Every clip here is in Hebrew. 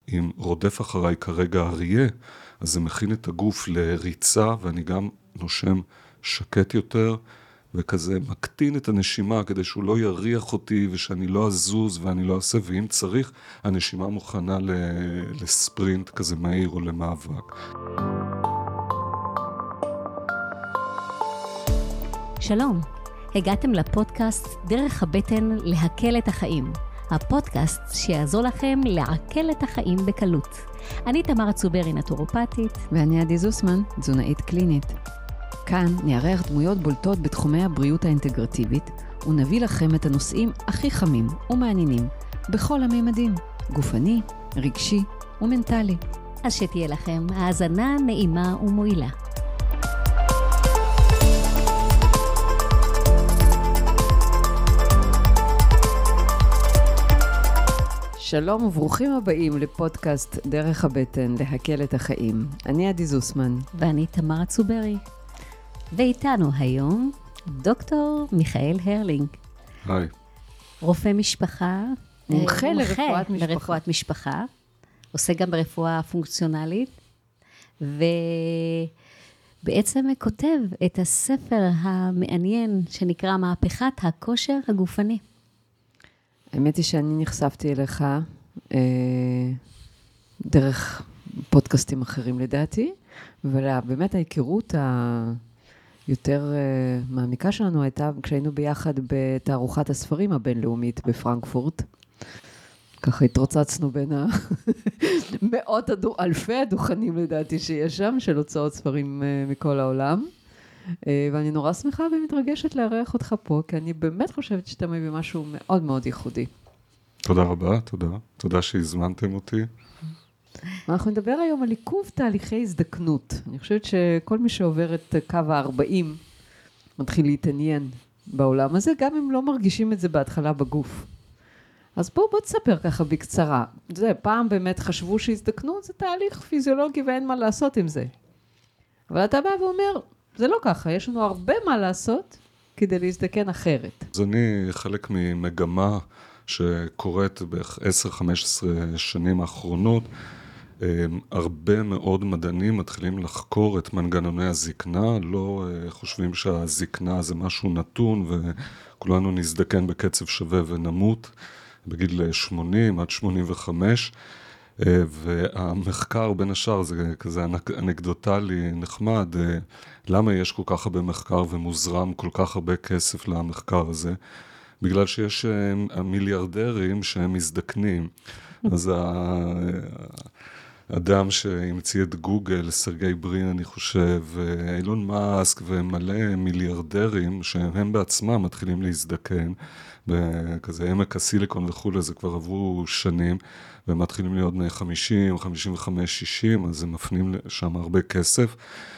אם רודף אחריי כרגע אריה, אז זה מכין את הגוף לריצה, ואני גם נושם שקט יותר, וכזה מקטין את הנשימה כדי שהוא לא יריח אותי ושאני לא אזוז ואני לא אעשה, ואם צריך, הנשימה מוכנה לספרינט כזה מהיר או למאבק. שלום, הגעתם לפודקאסט דרך הבטן להקל את החיים. הפודקאסט שיעזור לכם לעכל את החיים בקלות. אני תמר צוברי, נטורופטית. ואני עדי זוסמן, תזונאית קלינית. כאן נארח דמויות בולטות בתחומי הבריאות האינטגרטיבית, ונביא לכם את הנושאים הכי חמים ומעניינים, בכל הממדים, גופני, רגשי ומנטלי. אז שתהיה לכם האזנה נעימה ומועילה. שלום וברוכים הבאים לפודקאסט דרך הבטן להקל את החיים. אני עדי זוסמן. ואני תמר צוברי. ואיתנו היום דוקטור מיכאל הרלינג. היי. רופא משפחה. מומחה לרפואת משפחה. עושה גם ברפואה פונקציונלית. ובעצם כותב את הספר המעניין שנקרא מהפכת הכושר הגופני. האמת היא שאני נחשפתי אליך דרך פודקאסטים אחרים לדעתי, ובאמת ההיכרות היותר מעמיקה שלנו הייתה כשהיינו ביחד בתערוכת הספרים הבינלאומית בפרנקפורט. ככה התרוצצנו בין אלפי הדוכנים לדעתי שיש שם, של הוצאות ספרים מכל העולם. ואני נורא שמחה ומתרגשת לארח אותך פה, כי אני באמת חושבת שאתה מביא משהו מאוד מאוד ייחודי. תודה רבה, תודה. תודה שהזמנתם אותי. אנחנו נדבר היום על עיכוב תהליכי הזדקנות. אני חושבת שכל מי שעובר את קו ה-40 מתחיל להתעניין בעולם הזה, גם אם לא מרגישים את זה בהתחלה בגוף. אז בוא תספר ככה בקצרה. פעם באמת חשבו שהזדקנות זה תהליך פיזיולוגי ואין מה לעשות עם זה. אבל אתה בא ואומר, זה לא ככה, יש לנו הרבה מה לעשות כדי להזדקן אחרת. אז אני חלק ממגמה שקורית בערך 10-15 שנים האחרונות, הרבה מאוד מדענים מתחילים לחקור את מנגנוני הזקנה, לא חושבים שהזקנה זה משהו נתון וכולנו נזדקן בקצב שווה ונמות בגיל 80 עד 85, והמחקר בין השאר זה כזה אנקדוטלי נחמד, למה יש כל כך הרבה מחקר ומוזרם כל כך הרבה כסף למחקר הזה? בגלל שיש המיליארדרים שהם מזדקנים. אז האדם שהמציא את גוגל, סרגי ברין אני חושב, אילון מאסק ומלא מיליארדרים שהם בעצמם מתחילים להזדקן, וכזה עמק הסיליקון וכו', זה כבר עברו שנים, והם מתחילים להיות בני 50, 55, 60, אז הם מפנים שם הרבה כסף,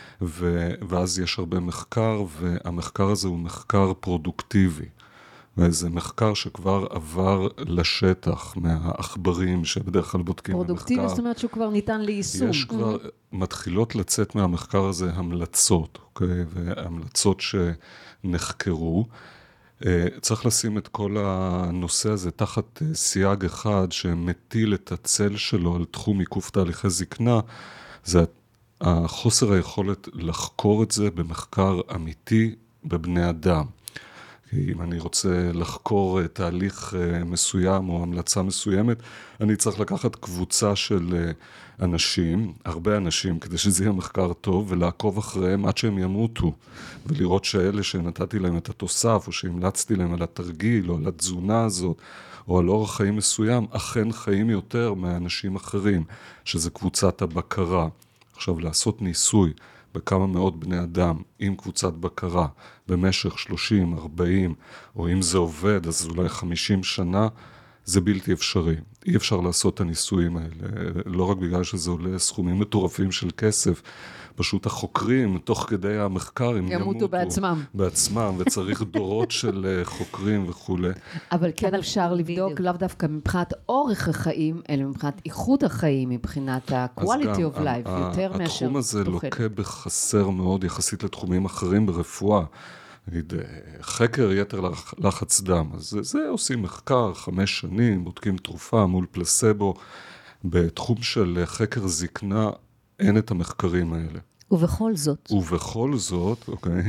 ואז יש הרבה מחקר, והמחקר הזה הוא מחקר פרודוקטיבי. וזה מחקר שכבר עבר לשטח מהאחברים שבדרך כלל בודקים במחקר. פרודוקטיבי זאת אומרת שהוא כבר ניתן ליישום. יש כבר, מתחילות לצאת מהמחקר הזה המלצות, אוקיי? והמלצות שנחקרו. צריך לשים את כל הנושא הזה תחת סייג אחד שמטיל את הצל שלו על תחום עיכוב תהליכי זקנה, זה החוסר היכולת לחקור את זה במחקר אמיתי בבני אדם. כי אם אני רוצה לחקור תהליך מסוים או המלצה מסוימת, אני צריך לקחת קבוצה של אנשים, הרבה אנשים, כדי שזה יהיה מחקר טוב, ולעקוב אחריהם עד שהם ימותו, ולראות שאלה שנתתי להם את התוסף, או שהמלצתי להם על התרגיל, או על התזונה הזאת, או על אורח חיים מסוים, אכן חיים יותר מאנשים אחרים, שזה קבוצת הבקרה. עכשיו, לעשות ניסוי בכמה מאות בני אדם עם קבוצת בקרה במשך 30, 40, או אם זה עובד, אז אולי 50 שנה, זה בלתי אפשרי. אי אפשר לעשות את הניסויים האלה, לא רק בגלל שזה עולה סכומים מטורפים של כסף, פשוט החוקרים, תוך כדי המחקר, הם ימותו בעצמם, וצריך דורות של חוקרים וכו'. אבל כן אפשר לבדוק, לאו דווקא מבחינת אורך החיים, אלא מבחינת איכות החיים, מבחינת ה-quality of life, יותר מאשר התחום הזה לוקה בחסר מאוד יחסית לתחומים אחרים ברפואה. נגיד, חקר יתר לחץ דם, אז זה עושים מחקר 5 שנים, בודקים תרופה מול פלסבו, בתחום של חקר זקנה אין את המחקרים האלה. ובכל זאת. ובכל זאת, אוקיי,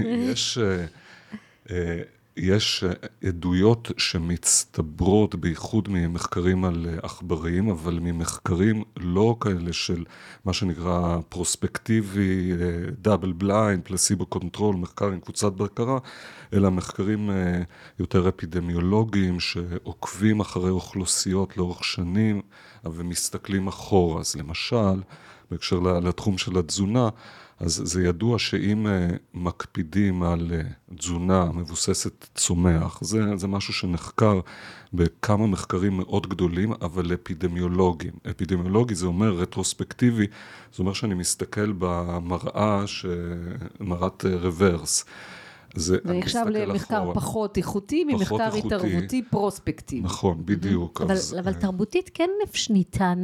יש עדויות שמצטברות בייחוד ממחקרים על עכברים, אבל ממחקרים לא כאלה של מה שנקרא פרוספקטיבי, דאבל בליינד, פלסיבו קונטרול, מחקר עם קבוצת בקרה, אלא מחקרים יותר אפידמיולוגיים שעוקבים אחרי אוכלוסיות לאורך שנים ומסתכלים אחורה. אז למשל, בהקשר לתחום של התזונה, אז זה ידוע שאם מקפידים על תזונה מבוססת צומח, זה משהו שנחקר בכמה מחקרים מאוד גדולים, אבל אפידמיולוגיים. אפידמיולוגי זה אומר רטרוספקטיבי, זה אומר שאני מסתכל במראה, מראת רוורס. זה נחשב למחקר פחות איכותי, ממחקר התערבותי פרוספקטיבי. נכון, בדיוק. אבל תרבותית כן ניתן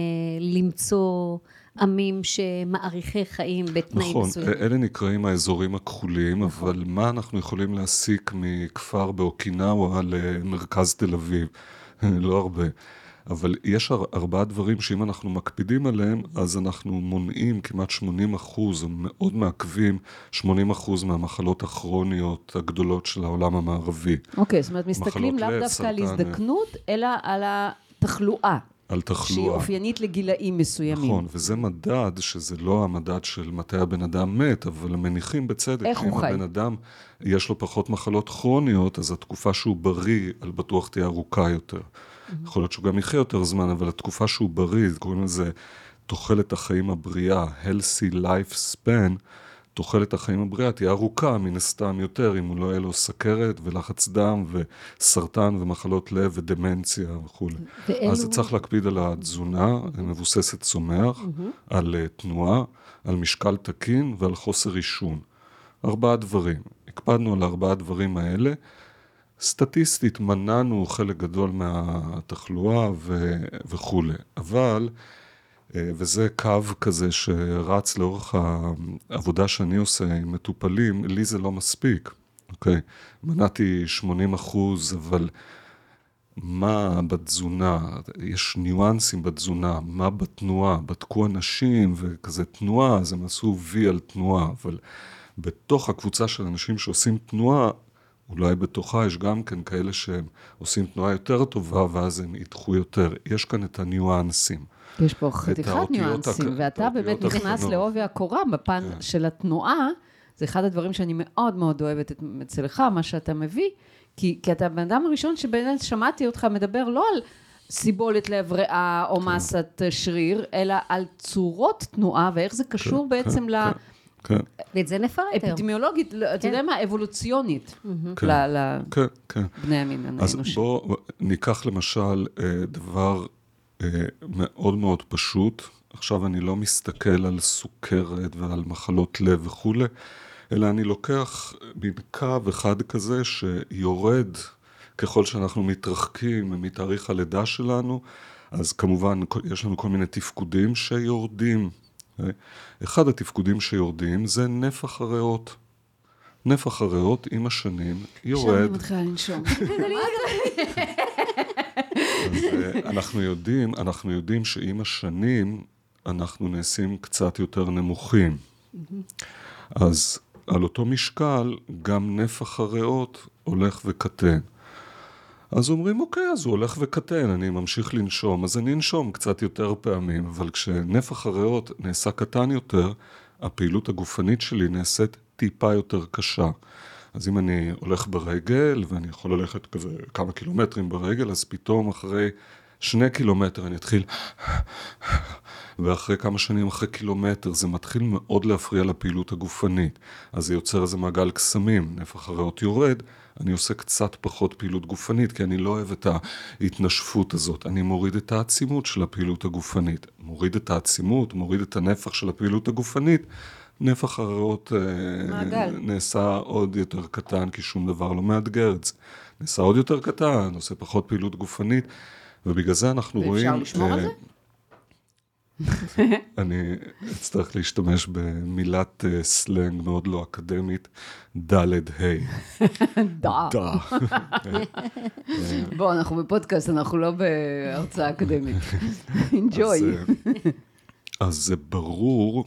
למצוא עמים שמעריכי חיים בתנאים מסוימים. נכון, אלה נקראים האזורים הכחולים, אבל מה אנחנו יכולים להסיק מכפר באוקינאווה למרכז תל אביב? לא הרבה. אבל יש 4 דברים שאם אנחנו מקפידים עליהם, אז אנחנו מונעים כמעט 80%, או מאוד מעכבים 80% מהמחלות הכרוניות הגדולות של העולם המערבי. אוקיי, זאת אומרת, מסתכלים לאו דווקא על הזדקנות, אלא על התחלואה. על תחלואה. שהיא אופיינית לגילאים מסוימים. נכון, וזה מדד שזה לא המדד של מתי הבן אדם מת, אבל הם מניחים בצדק. איך הוא חי? אם הבן אדם יש לו פחות מחלות כרוניות, אז התקופה שהוא בריא, על בטוח תהיה ארוכה יותר. יכול להיות שהוא גם יחיה יותר זמן, אבל התקופה שהוא בריא, קוראים לזה תוחלת החיים הבריאה, healthy life span, תוחלת החיים הבריאה תהיה ארוכה, מן הסתם יותר, אם הוא לא יהיה לו סכרת ולחץ דם וסרטן ומחלות לב ודמנציה וכו'. אז צריך להקפיד על התזונה, מבוססת צומח, על תנועה, על משקל תקין ועל חוסר עישון. 4 דברים. הקפדנו על 4 דברים האלה. סטטיסטית מנענו חלק גדול מהתחלואה וכו'. אבל וזה קו כזה שרץ לאורך העבודה שאני עושה עם מטופלים, לי זה לא מספיק, אוקיי? מנעתי 80%, אבל מה בתזונה? יש ניואנסים בתזונה, מה בתנועה? בדקו אנשים וכזה תנועה, אז הם עשו וי על תנועה, אבל בתוך הקבוצה של אנשים שעושים תנועה, אולי בתוכה יש גם כן כאלה שהם עושים תנועה יותר טובה, ואז הם ידחו יותר. יש כאן את הניואנסים. יש פה חתיכת ניואנסים, ואתה באמת נכנס לעובי הקורה בפן של התנועה, זה אחד הדברים שאני מאוד מאוד אוהבת אצלך, מה שאתה מביא, כי אתה בן אדם הראשון שבאמת שמעתי אותך מדבר לא על סיבולת לב ריאה או מסת שריר, אלא על צורות תנועה, ואיך זה קשור בעצם ואת זה נפרט יותר. אפידמיולוגית, אתה יודע מה, אבולוציונית, לבני המין האנושי. אז בואו ניקח למשל דבר מאוד מאוד פשוט, עכשיו אני לא מסתכל על סוכרת ועל מחלות לב וכו', אלא אני לוקח קו אחד כזה שיורד ככל שאנחנו מתרחקים מתאריך הלידה שלנו, אז כמובן יש לנו כל מיני תפקודים שיורדים. אחד התפקודים שיורדים זה נפח הריאות. נפח הריאות עם השנים יורד. עכשיו אני מתחילה לנשום. אנחנו יודעים שעם השנים אנחנו נעשים קצת יותר נמוכים. אז על אותו משקל גם נפח הריאות הולך וקטן. אז אומרים, אוקיי, אז הוא הולך וקטן, אני ממשיך לנשום, אז אני אנשום קצת יותר פעמים, אבל כשנפח הריאות נעשה קטן יותר, הפעילות הגופנית שלי נעשית טיפה יותר קשה. אז אם אני הולך ברגל, ואני יכול ללכת כזה כמה קילומטרים ברגל, אז פתאום אחרי 2 קילומטר אני אתחיל, ואחרי כמה שנים אחרי קילומטר, זה מתחיל מאוד להפריע לפעילות הגופנית. אז זה יוצר איזה מעגל קסמים, נפח הריאות יורד, אני עושה קצת פחות פעילות גופנית, כי אני לא אוהב את ההתנשפות הזאת. אני מוריד את העצימות של הפעילות הגופנית. מוריד את העצימות, מוריד את הנפח של הפעילות הגופנית, נפח הריאות נעשה עוד יותר קטן, כי שום דבר לא מאתגר את זה. נעשה עוד יותר קטן, עושה פחות פעילות גופנית, ובגלל זה אנחנו רואים... ואפשר לשמור על זה? אני אצטרך להשתמש במילת סלנג מאוד לא אקדמית, דלת היי. דה. דה. בוא, אנחנו בפודקאסט, אנחנו לא בהרצאה אקדמית. Enjoy. אז זה ברור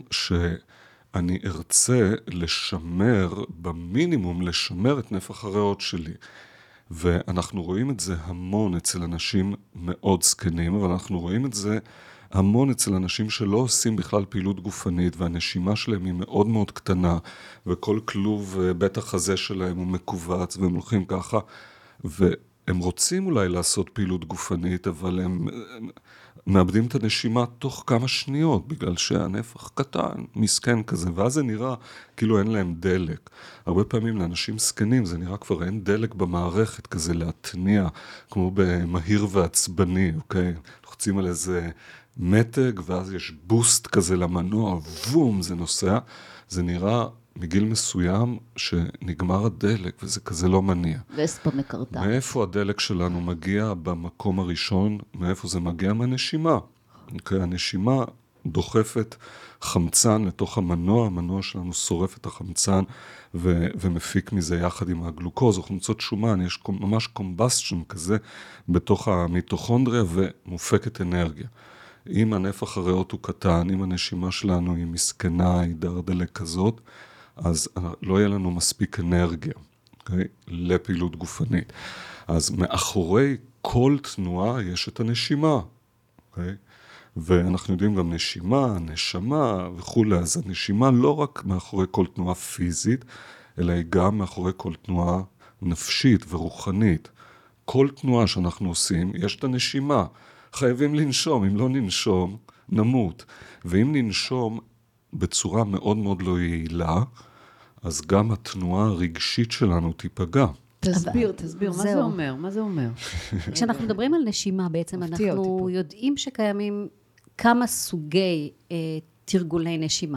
שאני ארצה לשמר, במינימום לשמר את נפח הריאות שלי. ואנחנו רואים את זה המון אצל אנשים מאוד זקנים, אבל אנחנו רואים את זה המון אצל אנשים שלא עושים בכלל פעילות גופנית, והנשימה שלהם היא מאוד מאוד קטנה, וכל כלוב בית החזה שלהם הוא מקובץ, והם הולכים ככה, והם רוצים אולי לעשות פעילות גופנית, אבל הם מאבדים את הנשימה תוך כמה שניות, בגלל שהנפח קטן, מסכן כזה, ואז זה נראה כאילו אין להם דלק. הרבה פעמים לאנשים סקנים זה נראה כבר אין דלק במערכת כזה להתניע, כמו במהיר ועצבני, אוקיי? לוחצים על איזה מתג, ואז יש בוסט כזה למנוע, וום, זה נוסע. זה נראה מגיל מסוים שנגמר הדלק, וזה כזה לא מניע. וספה מקרטע. מאיפה הדלק שלנו מגיע במקום הראשון? מאיפה זה מגיע? מהנשימה. אוקיי, הנשימה דוחפת חמצן לתוך המנוע, המנוע שלנו שורף את החמצן ומפיק מזה יחד עם הגלוקוז או חומצות שומן, יש ממש קומבסטשן כזה בתוך המיטוכונדריה ומופקת אנרגיה. אם הנפח הריאות הוא קטן, אם הנשימה שלנו היא מסכנה, היא דרדלק כזאת, אז לא יהיה לנו מספיק אנרגיה, okay? לפעילות גופנית. אז מאחורי כל תנועה יש את הנשימה, okay? ואנחנו יודעים גם נשימה, נשמה וכו'. אז הנשימה לא רק מאחורי כל תנועה פיזית, אלא היא גם מאחורי כל תנועה נפשית ורוחנית. כל תנועה שאנחנו עושים, יש את הנשימה. חייבים לנשום, אם לא ננשום, נמות. ואם ננשום בצורה מאוד מאוד לא יעילה, אז גם התנועה הרגשית שלנו תיפגע. תסביר, מה זה אומר? מה זה אומר? כשאנחנו מדברים על נשימה, בעצם אנחנו יודעים שקיימים כמה סוגי תרגולי נשימה.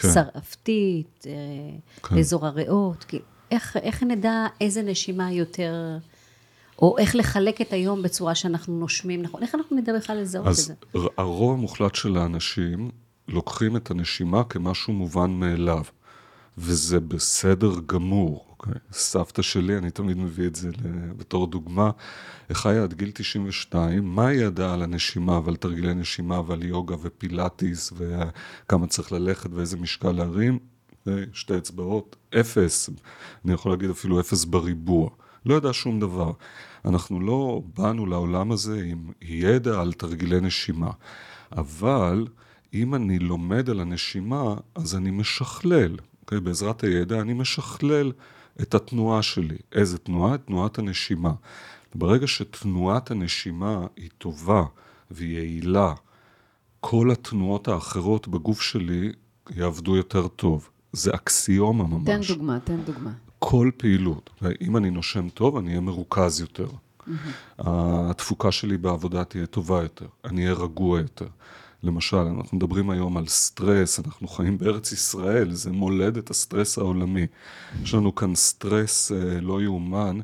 שרעפתית, לאזור הריאות. איך נדע איזה נשימה יותר, או איך לחלק את היום בצורה שאנחנו נושמים, נכון? איך אנחנו נדע בכלל לזהות את זה? אז הרוב המוחלט של האנשים לוקחים את הנשימה כמשהו מובן מאליו, וזה בסדר גמור. סבתא שלי, אני תמיד מביא את זה בתור דוגמה, חיה עד גיל 92, מה היא ידעה על הנשימה ועל תרגילי נשימה ועל יוגה ופילאטיס וכמה צריך ללכת ואיזה משקל להרים? שתי אצבעות, 0, אני יכול להגיד אפילו 0 בריבוע, לא ידע שום דבר. אנחנו לא באנו לעולם הזה עם ידע על תרגילי נשימה, אבל אם אני לומד על הנשימה, אז אני משכלל, בעזרת הידע אני משכלל את התנועה שלי. איזה תנועה? את תנועת הנשימה. ברגע שתנועת הנשימה היא טובה ויעילה, כל התנועות האחרות בגוף שלי יעבדו יותר טוב. זה אקסיומה ממש. תן דוגמה. כל פעילות. אם אני נושם טוב, אני אהיה מרוכז יותר. התפוקה שלי בעבודה תהיה טובה יותר. אני אהיה רגוע יותר. למשל, אנחנו מדברים היום על סטרס, אנחנו חיים בארץ ישראל, זה מולד את הסטרס העולמי. יש לנו כאן סטרס לא יאומן,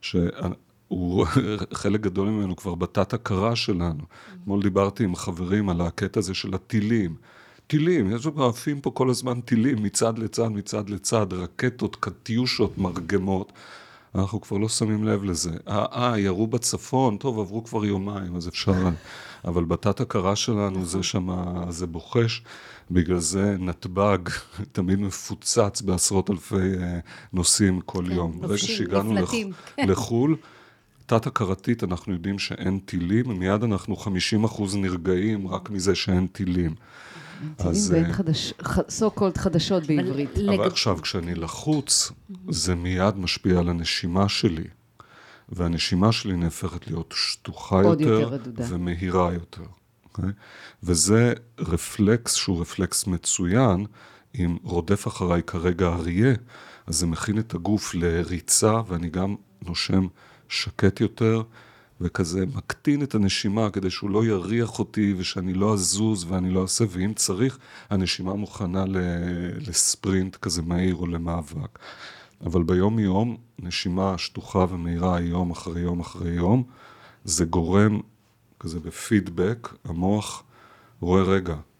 שהוא חלק גדול ממנו כבר בתת הכרה שלנו. אתמול דיברתי עם חברים על הקטע הזה של הטילים. טילים, יש לנו עפים פה כל הזמן טילים, מצד לצד, רקטות, קטיושות, מרגמות. אנחנו כבר לא שמים לב לזה. ירו בצפון, טוב, עברו כבר יומיים, אז אפשר. אבל בתת הכרה שלנו זה שמה, זה בוחש, בגלל זה נתב"ג תמיד מפוצץ בעשרות אלפי נוסעים כל יום. ברגע שהגענו לחול, תת הכרתית אנחנו יודעים שאין טילים, מיד אנחנו 50% נרגעים רק מזה שאין טילים. טילים ואין so called חדשות בעברית. אבל עכשיו, כשאני לחוץ, זה מיד משפיע על הנשימה שלי. והנשימה שלי נהפכת להיות שטוחה יותר ומהירה יותר. Okay? וזה רפלקס שהוא רפלקס מצוין, אם רודף אחריי כרגע אריה, אז זה מכין את הגוף לריצה, ואני גם נושם שקט יותר, וכזה מקטין את הנשימה כדי שהוא לא יריח אותי, ושאני לא אזוז ואני לא אעשה, ואם צריך, הנשימה מוכנה לספרינט כזה מהיר או למאבק. אבל ביום יום, נשימה שטוחה ומהירה יום אחרי יום אחרי יום, זה גורם כזה בפידבק, המוח רואה רגע,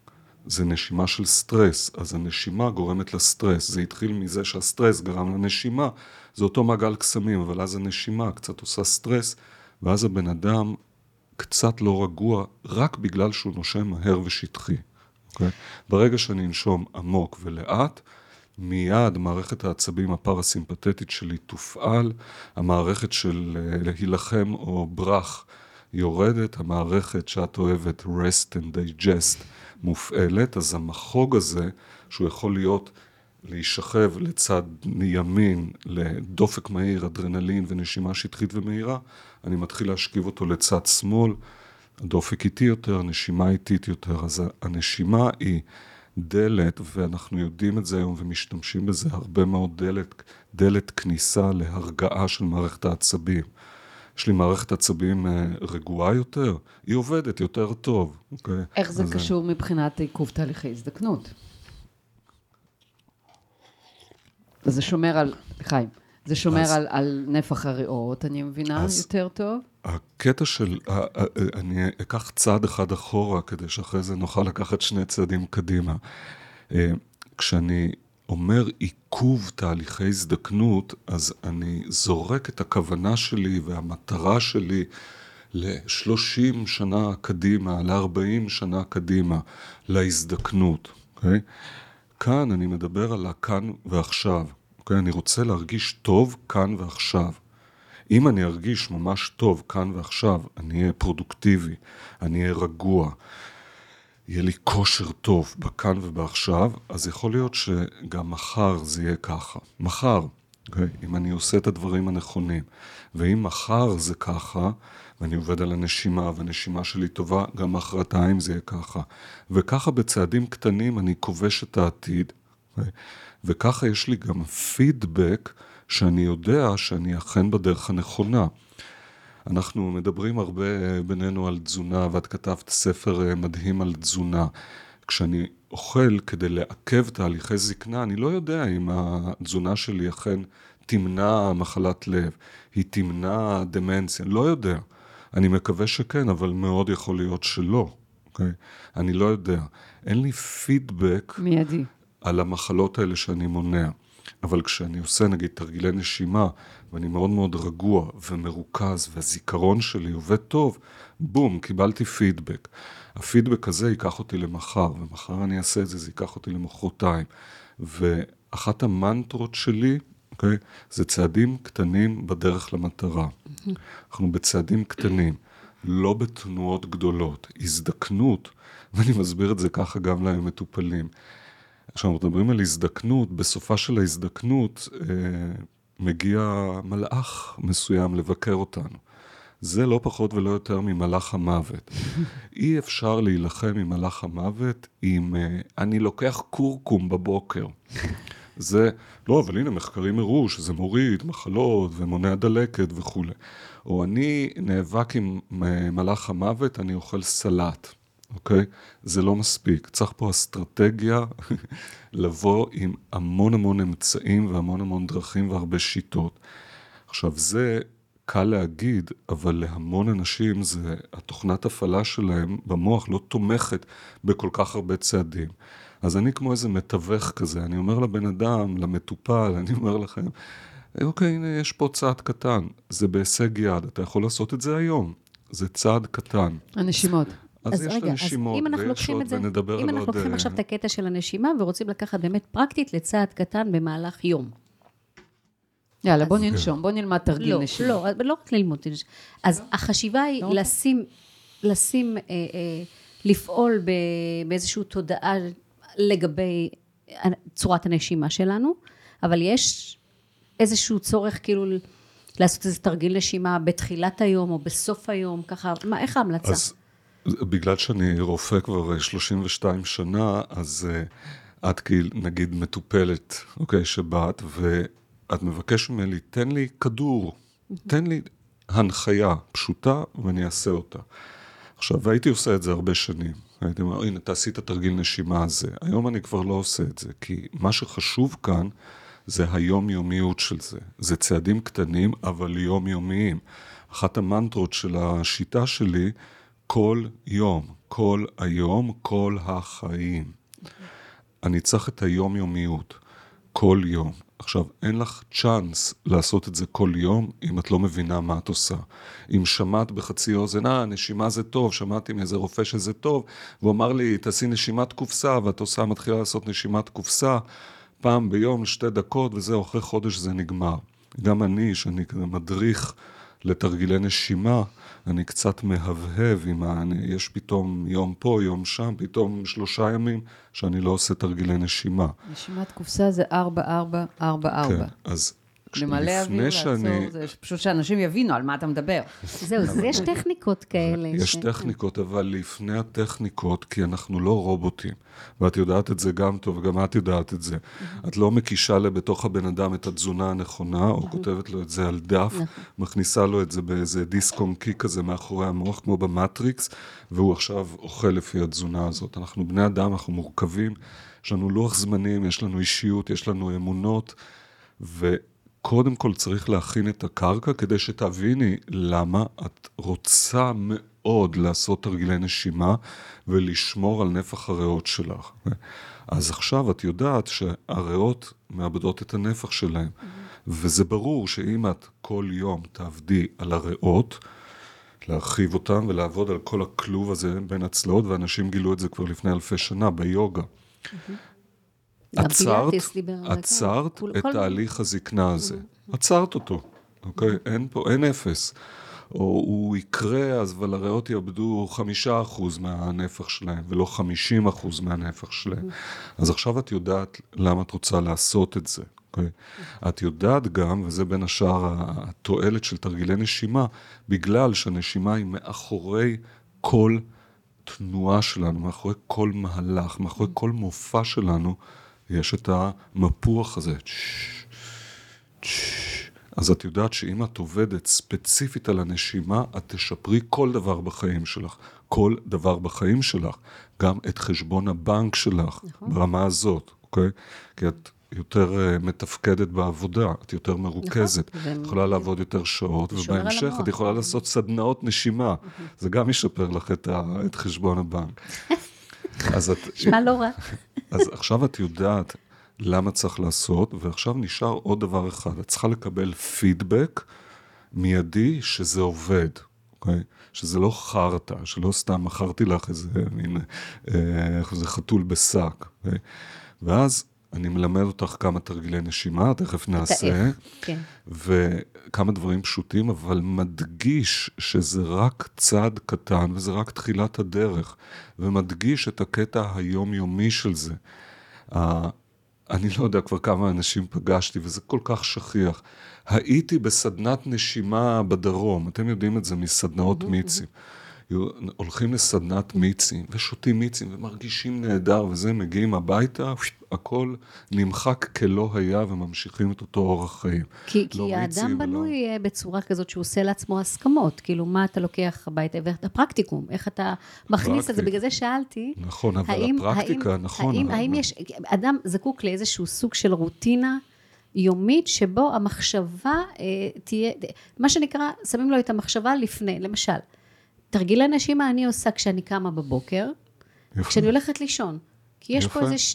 זה נשימה של סטרס, אז הנשימה גורמת לסטרס. זה התחיל מזה שהסטרס גרם לנשימה, זה אותו מעגל קסמים, אבל אז הנשימה קצת עושה סטרס, ואז הבן אדם קצת לא רגוע, רק בגלל שהוא נושם מהר ושטחי. Okay? ברגע שאני אנשום עמוק ולאט, מיד מערכת העצבים הפרסימפטית שלי תופעל, המערכת של להילחם או ברח יורדת, המערכת שאת אוהבת, rest and digest, מופעלת, אז המחוג הזה, שהוא יכול להיות להישכב לצד ימין, לדופק מהיר, אדרנלין ונשימה שטחית ומהירה, אני מתחיל להשכיב אותו לצד שמאל, הדופק איטי יותר, נשימה איטית יותר, אז הנשימה היא דלת, ואנחנו יודעים את זה היום ומשתמשים בזה הרבה מאוד דלת כניסה להרגעה של מערכת העצבים. יש לי מערכת עצבים רגועה יותר, היא עובדת יותר טוב. אוקיי? איך זה קשור מבחינת עיכוב תהליכי הזדקנות? זה שומר על, חיים, זה שומר על נפח הריאות, אני מבינה יותר טוב? הקטע של, אני אקח צעד אחד אחורה, כדי שאחרי זה נוכל לקחת 2 צעדים קדימה. כשאני אומר עיכוב תהליכי הזדקנות, אז אני זורק את הכוונה שלי והמטרה שלי ל-30 שנה קדימה, ל-40 שנה קדימה, להזדקנות. אוקיי? כאן אני מדבר על הכאן ועכשיו. אוקיי? אני רוצה להרגיש טוב כאן ועכשיו. אם אני ארגיש ממש טוב כאן ועכשיו, אני אהיה פרודוקטיבי, אני אהיה רגוע, יהיה לי כושר טוב בכאן ובעכשיו, אז יכול להיות שגם מחר זה יהיה ככה. מחר, okay, אם אני עושה את הדברים הנכונים, ואם מחר זה ככה, ואני עובד על הנשימה, והנשימה שלי טובה, גם מחרתיים זה יהיה ככה. וככה בצעדים קטנים אני כובש את העתיד, okay? וככה יש לי גם פידבק שאני יודע שאני אכן בדרך הנכונה. אנחנו מדברים הרבה בינינו על תזונה, ואת כתבת ספר מדהים על תזונה. כשאני אוכל כדי לעכב תהליכי זקנה, אני לא יודע אם התזונה שלי אכן תמנע מחלת לב, היא תמנע דמנציה, לא יודע. אני מקווה שכן, אבל מאוד יכול להיות שלא. אוקיי? אני לא יודע. אין לי פידבק מיידי על המחלות האלה שאני מונע. אבל כשאני עושה נגיד תרגילי נשימה, ואני מאוד מאוד רגוע ומרוכז, והזיכרון שלי עובד טוב, בום, קיבלתי פידבק. הפידבק הזה ייקח אותי למחר, ומחר אני אעשה את זה, זה ייקח אותי למחרתיים. ואחת המנטרות שלי, אוקיי, זה צעדים קטנים בדרך למטרה. אנחנו בצעדים קטנים, לא בתנועות גדולות. הזדקנות, ואני מסביר את זה ככה גם למטופלים. כשאנחנו מדברים על הזדקנות, בסופה של ההזדקנות מגיע מלאך מסוים לבקר אותנו. זה לא פחות ולא יותר ממלאך המוות. אי אפשר להילחם עם מלאך המוות אם אני לוקח קורקום בבוקר. זה, לא, אבל הנה מחקרים הראו שזה מוריד מחלות ומונע דלקת וכו'. או אני נאבק עם מלאך המוות, אני אוכל סלט. אוקיי? זה לא מספיק. צריך פה אסטרטגיה לבוא עם המון המון אמצעים והמון המון דרכים והרבה שיטות. עכשיו, זה קל להגיד, אבל להמון אנשים זה, התוכנת הפעלה שלהם במוח לא תומכת בכל כך הרבה צעדים. אז אני כמו איזה מתווך כזה, אני אומר לבן אדם, למטופל, אני אומר לכם, אוקיי, הנה יש פה צעד קטן, זה בהישג יד, אתה יכול לעשות את זה היום, זה צעד קטן. הנשימות. אז יש רגע, הנשימות, ויש עוד, ונדבר על עוד... אם אנחנו לוקחים עכשיו את הקטע של הנשימה, ורוצים לקחת באמת פרקטית לצעד קטן במהלך יום. יאללה, בוא ננשום, בוא נלמד תרגיל נשימה. לא רק ללמוד. אז החשיבה היא לפעול באיזושהי תודעה לגבי צורת הנשימה שלנו, אבל יש איזשהו צורך כאילו לעשות איזה תרגיל נשימה בתחילת היום או בסוף היום, ככה, איך ההמלצה? אז בגלל שאני רופא כבר 32 שנה, אז את כאילו נגיד מטופלת, אוקיי, שבאת, ואת מבקשת ממני, תן לי כדור, תן לי הנחיה פשוטה ואני אעשה אותה. עכשיו, והייתי עושה את זה הרבה שנים. הייתי אומר, הנה, תעשי את התרגיל נשימה הזה. היום אני כבר לא עושה את זה, כי מה שחשוב כאן זה היומיומיות של זה. זה צעדים קטנים, אבל יומיומיים. אחת המנטרות של השיטה שלי, כל יום, כל היום, כל החיים. אני צריך את היומיומיות, כל יום. עכשיו, אין לך צ'אנס לעשות את זה כל יום, אם את לא מבינה מה את עושה. אם שמעת בחצי אוזן, נשימה זה טוב, שמעתי מאיזה רופא שזה טוב, והוא אמר לי, תעשי נשימת קופסה, ואת מתחילה לעשות נשימת קופסה, פעם ביום, 2 דקות, וזהו, אחרי חודש זה נגמר. גם אני, שאני מדריך לתרגילי נשימה, אני קצת מהבהב יש פתאום יום פה, יום שם, פתאום 3 ימים שאני לא עושה תרגילי נשימה. נשימת קופסה זה 4-4-4-4. כן, אז למלא אוויר, לעצור, זה פשוט שאנשים יבינו על מה אתה מדבר. זהו, יש טכניקות כאלה. יש טכניקות, אבל לפני הטכניקות, כי אנחנו לא רובוטים, ואת יודעת את זה גם טוב, וגם את יודעת את זה. את לא מקישה בתוך הבן אדם את התזונה הנכונה, או כותבת לו את זה על דף, מכניסה לו את זה באיזה דיסק און-קי כזה מאחורי המוח, כמו במטריקס, והוא עכשיו אוכל לפי התזונה הזאת. אנחנו בני אדם, אנחנו מורכבים, יש לנו לוח זמנים, יש לנו אישיות, יש לנו אמונות, קודם כל צריך להכין את הקרקע, כדי שתביני למה את רוצה מאוד לעשות תרגילי נשימה, ולשמור על נפח הריאות שלך. אז עכשיו את יודעת שהריאות מאבדות את הנפח שלהם, וזה ברור שאם את כל יום תעבדי על הריאות, להרחיב אותם ולעבוד על כל הכלוב הזה בין הצלעות, ואנשים גילו את זה כבר לפני 1000 שנה ביוגה. עצרת את תהליך הזקנה הזה. עצרת אותו, אוקיי? אין אפס. או הוא יקרה, אבל הריאות יאבדו 5% מהנפח שלהם, ולא 50% מהנפח שלהם. אז עכשיו את יודעת למה את רוצה לעשות את זה, אוקיי? את יודעת גם, וזה בין השאר התועלת של תרגילי נשימה, בגלל שהנשימה היא מאחורי כל תנועה שלנו, מאחורי כל מהלך, מאחורי כל מופע שלנו, יש את המפוח הזה. אז את יודעת שאם את עובדת ספציפית על הנשימה, את תשפרי כל דבר בחיים שלך. כל דבר בחיים שלך. גם את חשבון הבנק שלך, ברמה הזאת, אוקיי? כי את יותר מתפקדת בעבודה, את יותר מרוכזת. את יכולה לעבוד יותר שעות, ובהמשך את יכולה לעשות סדנאות נשימה. זה גם ישפר לך את חשבון הבנק. שמע לא רע. אז עכשיו את יודעת למה צריך לעשות, ועכשיו נשאר עוד דבר אחד. את צריכה לקבל פידבק מיידי שזה עובד, אוקיי? שזה לא חרטה, שלא סתם מכרתי לך איזה מין, איזה חתול בשק. אוקיי? ואז אני מלמד אותך כמה תרגילי נשימה, תכף נעשה, כן. וכמה דברים פשוטים, אבל מדגיש שזה רק צעד קטן, וזה רק תחילת הדרך, ומדגיש את הקטע היומיומי של זה. אני לא יודע כבר כמה אנשים פגשתי, וזה כל כך שכיח. הייתי בסדנת נשימה בדרום, אתם יודעים את זה מסדנאות מיצים. הולכים לסדנת מיצים, ושותים מיצים, ומרגישים נהדר, וזה מגיעים הביתה, הכל נמחק כלא היה, וממשיכים את אותו אורח חיים. כי האדם בנוי בצורה כזאת, שהוא עושה לעצמו הסכמות, כאילו מה אתה לוקח הביתה, ואיך הפרקטיקום, איך אתה מכניס את זה, בגלל זה שאלתי. נכון, אבל הפרקטיקה, נכון. האם יש, אדם זקוק לאיזשהו סוג של רוטינה, יומית, שבו המחשבה תהיה, מה שנקרא, שמים לו את המחשבה לפני, למשל, תרגילי נשימה אני עושה כשאני קמה בבוקר, כשאני הולכת לישון. כי יש פה איזה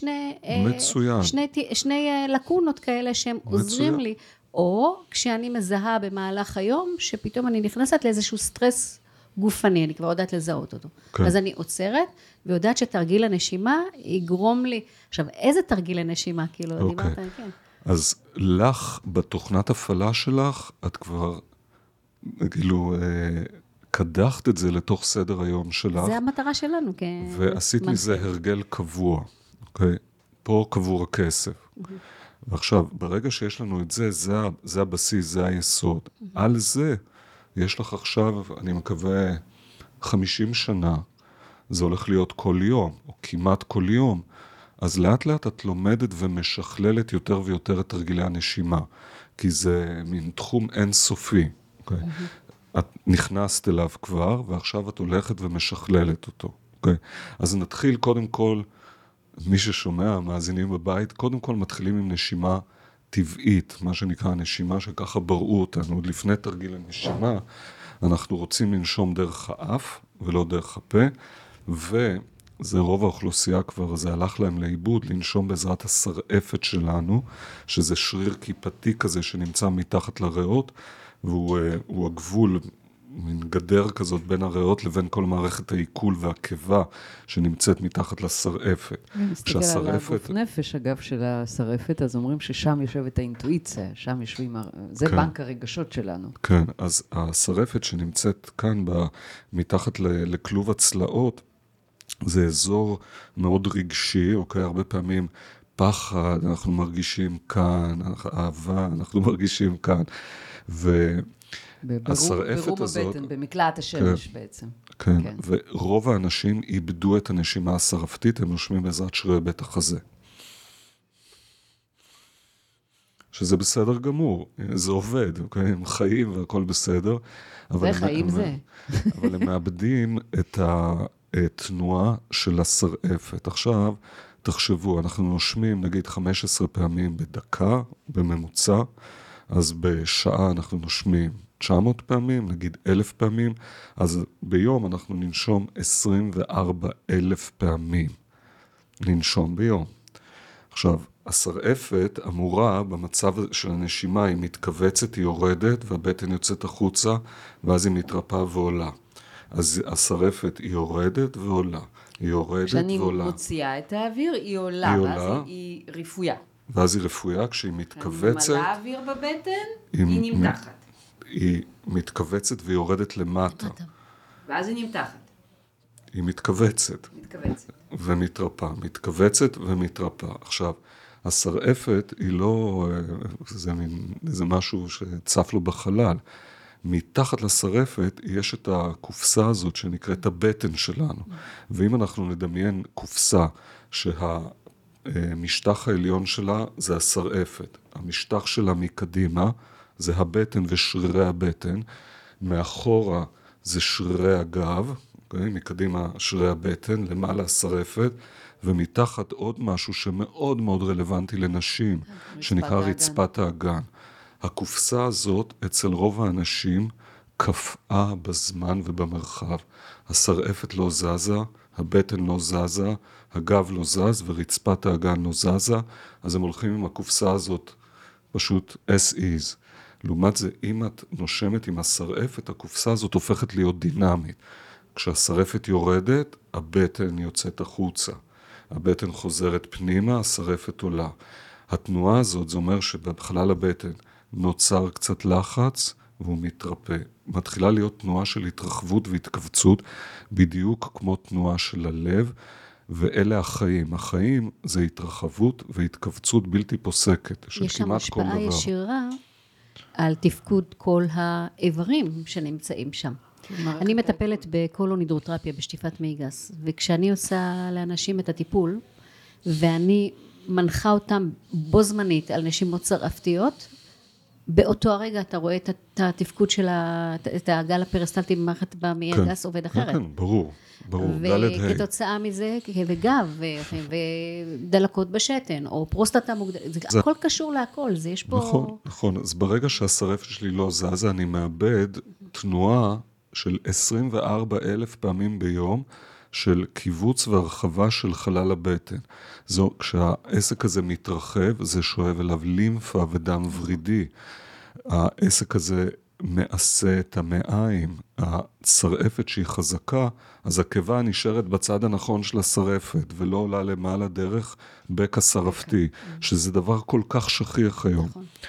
שני לקונות כאלה שהם עוזרים לי, או כשאני מזהה במהלך היום, שפתאום אני נכנסת לאיזשהו סטרס גופני, אני כבר יודעת לזהות אותו. אז אני עוצרת, ויודעת שתרגיל הנשימה יגרום לי, עכשיו איזה תרגיל הנשימה, כאילו, דיברת, כן. אז לך, בתוכנת הפעלה שלך, את כבר, כאילו, קדחת את זה לתוך סדר היום שלך. זה המטרה שלנו. ועשית מזה הרגל קבוע. אוקיי? פה קבור הכסף. ועכשיו, ברגע שיש לנו את זה, זה הבסיס, זה היסוד. על זה, יש לך עכשיו, אני מקווה, 50 שנה, זה הולך להיות כל יום, או כמעט כל יום, אז לאט לאט את לומדת ומשכללת יותר ויותר את תרגילי הנשימה, כי זה מין תחום אינסופי. אוקיי? את נכנסת אליו כבר, ועכשיו את הולכת ומשכללת אותו. אוקיי? אז נתחיל קודם כל, מי ששומע, מאזינים בבית, קודם כל מתחילים עם נשימה טבעית, מה שנקרא נשימה שככה בראו אותנו. עוד לפני תרגיל הנשימה, אנחנו רוצים לנשום דרך האף, ולא דרך הפה, זה רוב האוכלוסייה כבר, זה הלך להם לאיבוד, לנשום בעזרת השרעפת שלנו, שזה שריר כיפתי כזה שנמצא מתחת לריאות, והוא הגבול, מין גדר כזאת בין הריאות לבין כל מערכת העיכול והקיבה שנמצאת מתחת לשרעפת. מסתכל על הגוף נפש, אגב, של השרעפת, אז אומרים ששם יושבת האינטואיציה, שם יושבים, זה כן. בנק הרגשות שלנו. כן, אז השרעפת שנמצאת כאן מתחת לכלוב הצלעות, זה אזור מאוד רגשי, אוקיי? הרבה פעמים פחד, אנחנו מרגישים כאן, אהבה, אנחנו מרגישים כאן, והשרעפת הזאת... ברום הבטן, במקלעת השמש כן, בעצם. כן, כן, ורוב האנשים איבדו את הנשימה השרעפתית, הם נושמים בעזרת שרירי בית החזה. שזה בסדר גמור, זה עובד, אוקיי? הם חיים והכל בסדר. זה חיים זה. אבל הם מאבדים את התנועה של השרעפת. עכשיו, תחשבו, אנחנו נושמים נגיד 15 פעמים בדקה, בממוצע, אז בשעה אנחנו נושמים 900 פעמים, נגיד 1,000 פעמים, אז ביום אנחנו ננשום 24,000 פעמים. ננשום ביום. עכשיו, השרעפת אמורה במצב של הנשימה, היא מתכווצת, היא יורדת, והבטן יוצאת החוצה, ואז היא מתרפאה ועולה. אז השרעפת היא יורדת ועולה, היא יורדת ועולה. כשאני מוציאה את האוויר, היא עולה, ואז היא רפויה. ואז היא רפויה, כשהיא מתכווצת... אני ממלאה אוויר בבטן, היא נמתחת. היא מתכווצת ויורדת למטה. ואז היא נמתחת. היא מתכווצת. ומתרפאה, מתכווצת ומתרפאה. עכשיו, השרעפת היא לא, זה משהו שצף לו בחלל. מתחת לשרעפת יש את הקופסה הזאת שנקראת הבטן שלנו. ואם אנחנו נדמיין קופסה שהמשטח העליון שלה זה השרעפת. המשטח שלה מקדימה זה הבטן ושרירי הבטן. מאחורה זה שרירי הגב. מקדימה שרירי הבטן, למעלה השרעפת, ומתחת עוד משהו שמאוד מאוד רלוונטי לנשים, שנקרא רצפת האגן. הקופסה הזאת אצל רוב האנשים קפאה בזמן ובמרחב. השרעפת לא זזה, הבטן לא זזה, הגב לא זז ורצפת האגן לא זזה, אז הם הולכים עם הקופסה הזאת פשוט as is. לעומת זה, אם את נושמת עם השרעפת, הקופסה הזאת הופכת להיות דינמית. כשהשרעפת יורדת, הבטן יוצאת החוצה. הבטן חוזרת פנימה, השרעפת עולה. התנועה הזאת, זה אומר שבחלל הבטן נוצר קצת לחץ, והוא מתרפא. מתחילה להיות תנועה של התרחבות והתכווצות, בדיוק כמו תנועה של הלב, ואלה החיים. החיים זה התרחבות והתכווצות בלתי פוסקת, של כמעט כל דבר. יש שם השפעה ישירה על תפקוד כל האיברים שנמצאים שם. אני מטפלת בקולון הידרותרפיה, בשטיפת מי גס, וכשאני עושה לאנשים את הטיפול, ואני מנחה אותם בו זמנית על נשימות שרעפתיות, באותו הרגע אתה רואה את התפקוד של את הגל הפריסטלטי במערכת במעי הגס עובד אחרת. כן, ברור. וכתוצאה מזה, כאבי גב, ודלקות בשתן, או פרוסטטה מוגדרת, זה הכל קשור להכל, זה יש פה... נכון. אז ברגע שהשרעפת שלי לא זזה, אני מאבד תנועה של 24,000 פעמים ביום, של קיבוץ והרחבה של חלל הבטן. כשהעסק הזה מתרחב, זה שואב אליו לימפה ודם ורידי. העסק הזה מעשה את המעיים. השרעפת שהיא חזקה, אז הקיבה נשארת בצד הנכון של השרעפת, ולא עולה למעלה דרך בקע שרעפתי, שזה דבר כל כך שכיח היום.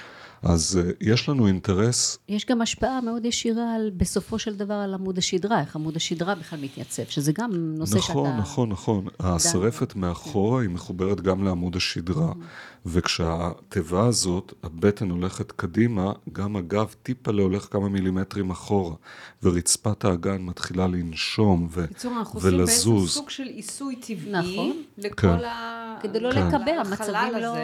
אז יש לנו אינטרס... יש גם השפעה מאוד ישירה בסופו של דבר על עמוד השדרה, איך עמוד השדרה בכלל מתייצב, שזה גם נושא שאתה... נכון. השרעפת מאחורה היא מחוברת גם לעמוד השדרה, וכשהטבע הזאת, הבטן הולכת קדימה, גם הגב טיפה להולך כמה מילימטרים אחורה, ורצפת האגן מתחילה לנשום ולזוז. בקיצור, אנחנו עושים בעצם סוג של עיסוי טבעי, לכל כדי לא לקבע, מצבים לא...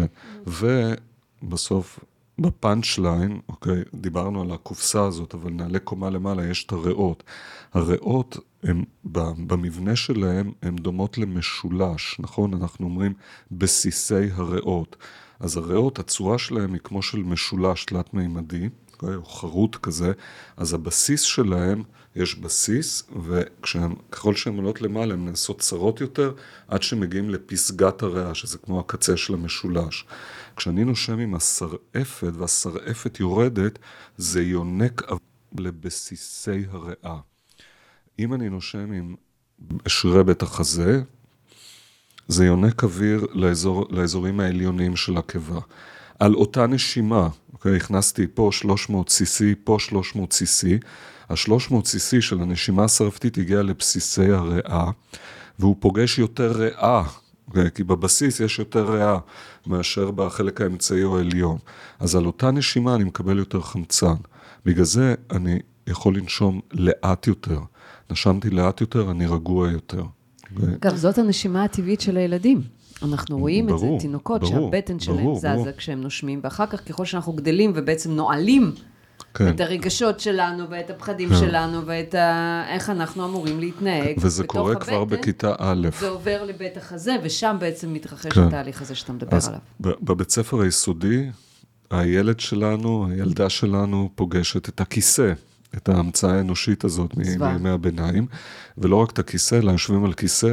ובסוף... בפאנץ' ליין, אוקיי, דיברנו על הקופסה הזאת, אבל נעלה קומה למעלה, יש את הריאות. הריאות, במבנה שלהם, הן דומות למשולש, נכון? אנחנו אומרים בסיסי הריאות. אז הריאות, הצורה שלהם היא כמו של משולש תלת מימדי, או חרוט כזה, אז הבסיס שלהם, יש בסיס, וככל שהן עולות למעלה, הן נעשות צרות יותר, עד שמגיעים לפסגת הריאה, שזה כמו הקצה של המשולש. כשאני נושם עם השרעפת, והשרעפת יורדת, זה יונק לבסיסי הריאה. אם אני נושם עם שרירי בית החזה, זה יונק אוויר לאזורים העליונים של הקיבה. על אותה נשימה, אוקיי, הכנסתי פה 300 cc, פה 300 cc, ה-300 cc של הנשימה השרעפתית הגיעה לבסיסי הריאה, והוא פוגש יותר ריאה, אוקיי, כי בבסיס יש יותר ריאה מאשר בחלק האמצעי או העליון. אז על אותה נשימה אני מקבל יותר חמצן. בגלל זה אני יכול לנשום לאט יותר. נשמתי לאט יותר, אני רגוע יותר. אגב, זאת הנשימה הטבעית של הילדים. אנחנו רואים את זה, תינוקות שהבטן שלהם זזה כשהם נושמים, ואחר כך ככל שאנחנו גדלים ובעצם נועלים את הרגשות שלנו ואת הפחדים שלנו ואת איך אנחנו אמורים להתנהג. וזה קורה כבר בכיתה א'. זה עובר לבית החזה, ושם בעצם מתרחש התהליך הזה שאתה מדבר עליו. בבית ספר היסודי, הילד שלנו, הילדה שלנו פוגשת את הכיסא. את ההמצאה האנושית הזאת מימי הביניים, ולא רק את הכיסא, אלא יושבים על כיסא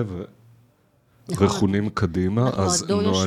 ורחונים קדימה, אז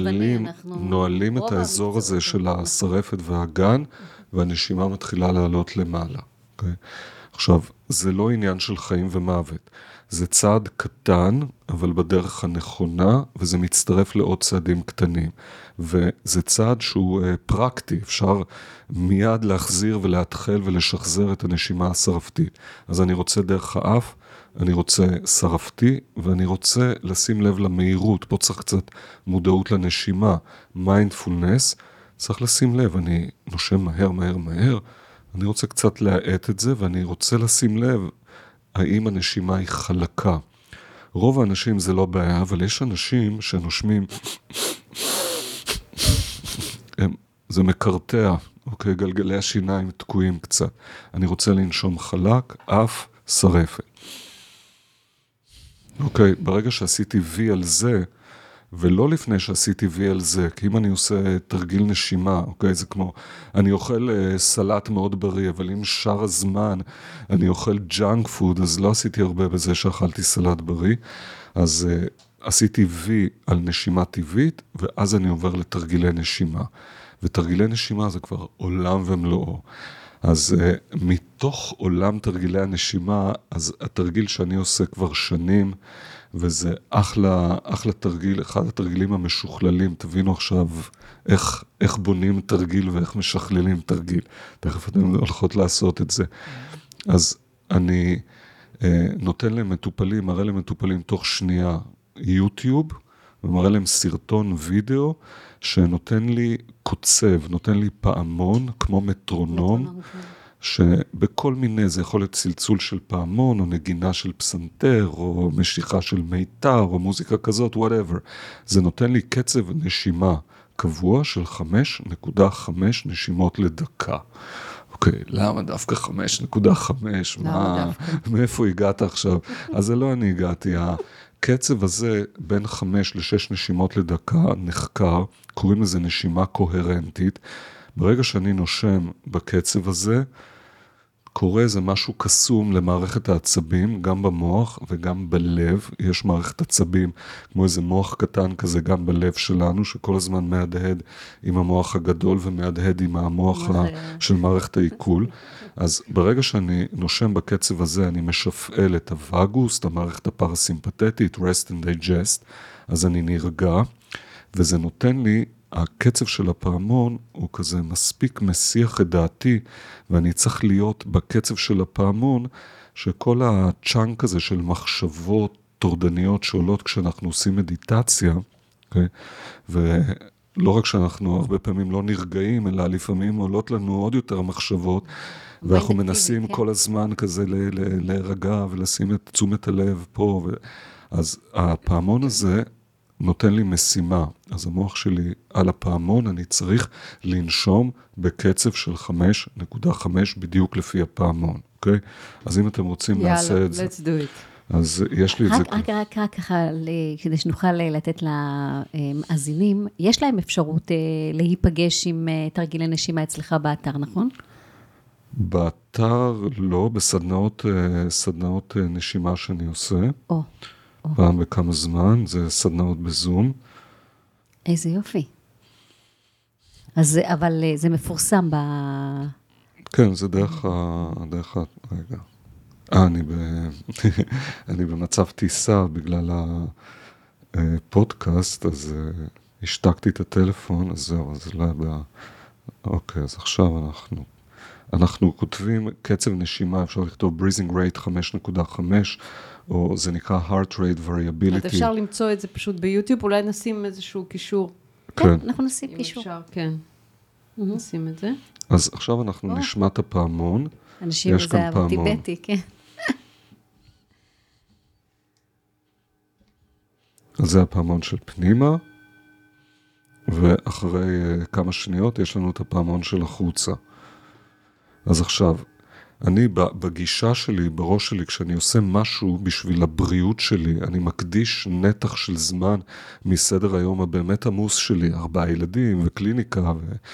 נועלים את האזור הזה של השרעפת והאגן, והנשימה מתחילה לעלות למעלה. עכשיו, זה לא עניין של חיים ומוות, זה צעד קטן, אבל בדרך הנכונה, וזה מצטרף לעוד צעדים קטנים. וזה צעד שהוא פרקטי, אפשר מיד להחזיר ולהתחל ולשחזר את הנשימה השרעפתית. אז אני רוצה דרך האף, אני רוצה שרעפתי, ואני רוצה לשים לב למהירות. פה צריך קצת מודעות לנשימה, מיינדפולנס, צריך לשים לב, אני נושם מהר, מהר, מהר, אני רוצה קצת להאט את זה, ואני רוצה לשים לב, האם הנשימה היא חלקה. רוב האנשים זה לא בעיה, אבל יש אנשים שנושמים, זה מקרטע, אוקיי, גלגלי השיניים תקועים קצת. אני רוצה לנשום חלק, אף, שרעפת. אוקיי, ברגע שעשיתי וי על זה, ולא לפני שעשיתי וי על זה, כי אם אני עושה תרגיל נשימה, אוקיי, זה כמו, אני אוכל סלט מאוד בריא, אבל אם שאר הזמן אני אוכל ג'אנק פוד, אז לא עשיתי הרבה בזה שאכלתי סלט בריא, אז עשיתי וי על נשימה טבעית, ואז אני עובר לתרגילי נשימה. ותרגילי נשימה זה כבר עולם ומלואו. אז מתוך עולם תרגילי הנשימה, אז התרגיל שאני עושה כבר שנים, וזה אחלה תרגיל, אחד התרגילים המשוכללים, תבינו עכשיו איך בונים תרגיל ואיך משכללים תרגיל. תכף אתם הולכות לעשות את זה. אז אני נותן להם מטופלים, מראה להם מטופלים תוך שנייה יוטיוב, ומראה להם סרטון וידאו, שנותן לי קוצב, נותן לי פעמון, כמו מטרונום, שבכל מיני, זה יכול להיות צלצול של פעמון, או נגינה של פסנתר, או משיכה של מיתר, או מוזיקה כזאת, whatever. זה נותן לי קצב נשימה קבוע של 5.5 נשימות לדקה. אוקיי, למה דווקא 5.5? מאיפה הגעת עכשיו? אז זה לא אני הגעתי, הקצב הזה בין 5 ל-6 נשימות לדקה נחקר, קוראים לזה נשימה קוהרנטית. ברגע שאני נושם בקצב הזה, קורה איזה משהו קסום למערכת העצבים, גם במוח וגם בלב. יש מערכת עצבים, כמו איזה מוח קטן כזה גם בלב שלנו, שכל הזמן מהדהד עם המוח הגדול ומהדהד עם המוח של מערכת העיכול. אז ברגע שאני נושם בקצב הזה, אני משפעל את הווגוס, את המערכת הפרסימפתטית, rest and digest, אז אני נרגע, וזה נותן לי, הקצב של הפעמון הוא כזה מספיק מסיח את דעתי, ואני צריך להיות בקצב של הפעמון, שכל הצ'אנק הזה של מחשבות טורדניות שעולות כשאנחנו עושים מדיטציה, okay? ולא רק שאנחנו הרבה פעמים לא נרגעים, אלא לפעמים עולות לנו עוד יותר מחשבות, ואנחנו מנסים כל הזמן כזה להירגע ולשים את תשומת הלב פה. אז הפעמון הזה נותן לי משימה. אז המוח שלי על הפעמון, אני צריך לנשום בקצב של 5.5 בדיוק לפי הפעמון. אוקיי? אז אם אתם רוצים נעשה את זה. יאללה, let's do it. אז יש לי את זה. רק ככה, כדי שנוכל לתת למאזינים, יש להם אפשרות להיפגש עם תרגילי נשימה אצלך באתר, נכון? באתר לא, בסדנאות נשימה שאני עושה. או. פעם בכמה זמן, זה סדנאות בזום. איזה יופי. אז, אבל זה מפורסם כן, זה דרך רגע. אני במצב טיסה בגלל הפודקאסט, אז השתקתי את הטלפון, אז זהו, אז לא היה... אוקיי, אז עכשיו אנחנו כותבים קצב נשימה, אפשר לכתוב breathing rate 5.5, או זה נקרא heart rate variability. אפשר למצוא את זה פשוט ביוטיוב, אולי נשים איזשהו קישור. כן, אנחנו נשים קישור. אפשר, כן. נשים את זה. אז עכשיו אנחנו נשמע את הפעמון. אנשים זה טיבטי, כן. אז זה הפעמון של פנימה, ואחרי כמה שניות יש לנו את הפעמון של החוצה. אז עכשיו, אני בגישה שלי, בראש שלי, כשאני עושה משהו בשביל הבריאות שלי, אני מקדיש נתח של זמן מסדר היום הבאמת עמוס שלי, 4 ילדים וקליניקה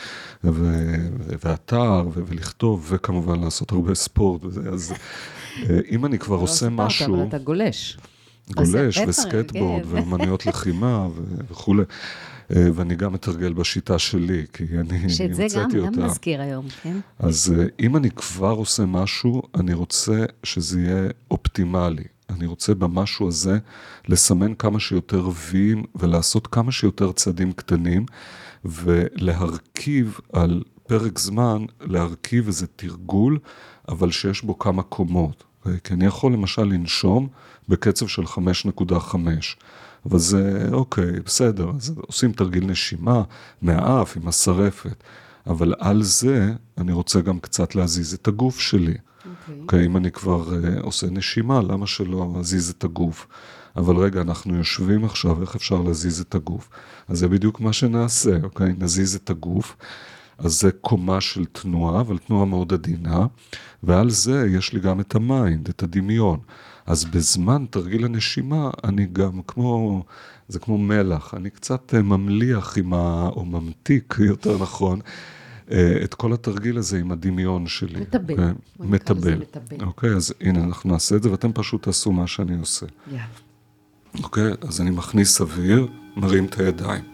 ואתר ולכתוב, וכמובן לעשות הרבה ספורט. אז אם אני כבר עושה משהו... אבל אתה גולש. גולש וסקטבורד ואומנויות לחימה וכו'. ואני גם מתרגל בשיטה שלי, כי אני המצאתי אותה. שזה גם מזכיר היום, כן? אז אם אני כבר עושה משהו, אני רוצה שזה יהיה אופטימלי. אני רוצה במשהו הזה לסמן כמה שיותר ויים, ולעשות כמה שיותר צעדים קטנים, ולהרכיב על פרק זמן, להרכיב איזה תרגול, אבל שיש בו כמה קומות. כי אני יכול למשל לנשום בקצב של 5.5. אבל זה, אוקיי, בסדר, אז עושים תרגיל נשימה מהאף עם השרפת, אבל על זה אני רוצה גם קצת להזיז את הגוף שלי. אוקיי, אם אני כבר עושה נשימה, למה שלא להזיז את הגוף? אבל רגע, אנחנו יושבים עכשיו, איך אפשר להזיז את הגוף? אז זה בדיוק מה שנעשה, אוקיי? נזיז את הגוף, אז זה קומה של תנועה, אבל תנועה מאוד עדינה, ועל זה יש לי גם את המיינד, את הדמיון. אז בזמן תרגיל הנשימה, אני גם זה כמו מלח, אני קצת ממליח או ממתיק, יותר נכון, את כל התרגיל הזה עם הדמיון שלי. מטבל. מטבל. אוקיי, אז הנה, אנחנו נעשה את זה, ואתם פשוט תעשו מה שאני עושה. אוקיי, אז אני מכניס אוויר, מרים את הידיים.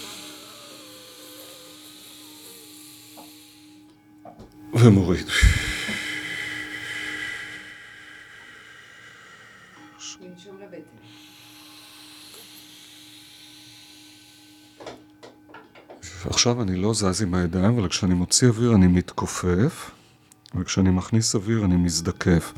ומוריד. לנשום לבטן. עכשיו אני לא זז עם הידיים, אבל כשאני מוציא אוויר אני מתכופף, וכשאני מכניס אוויר אני מזדקף.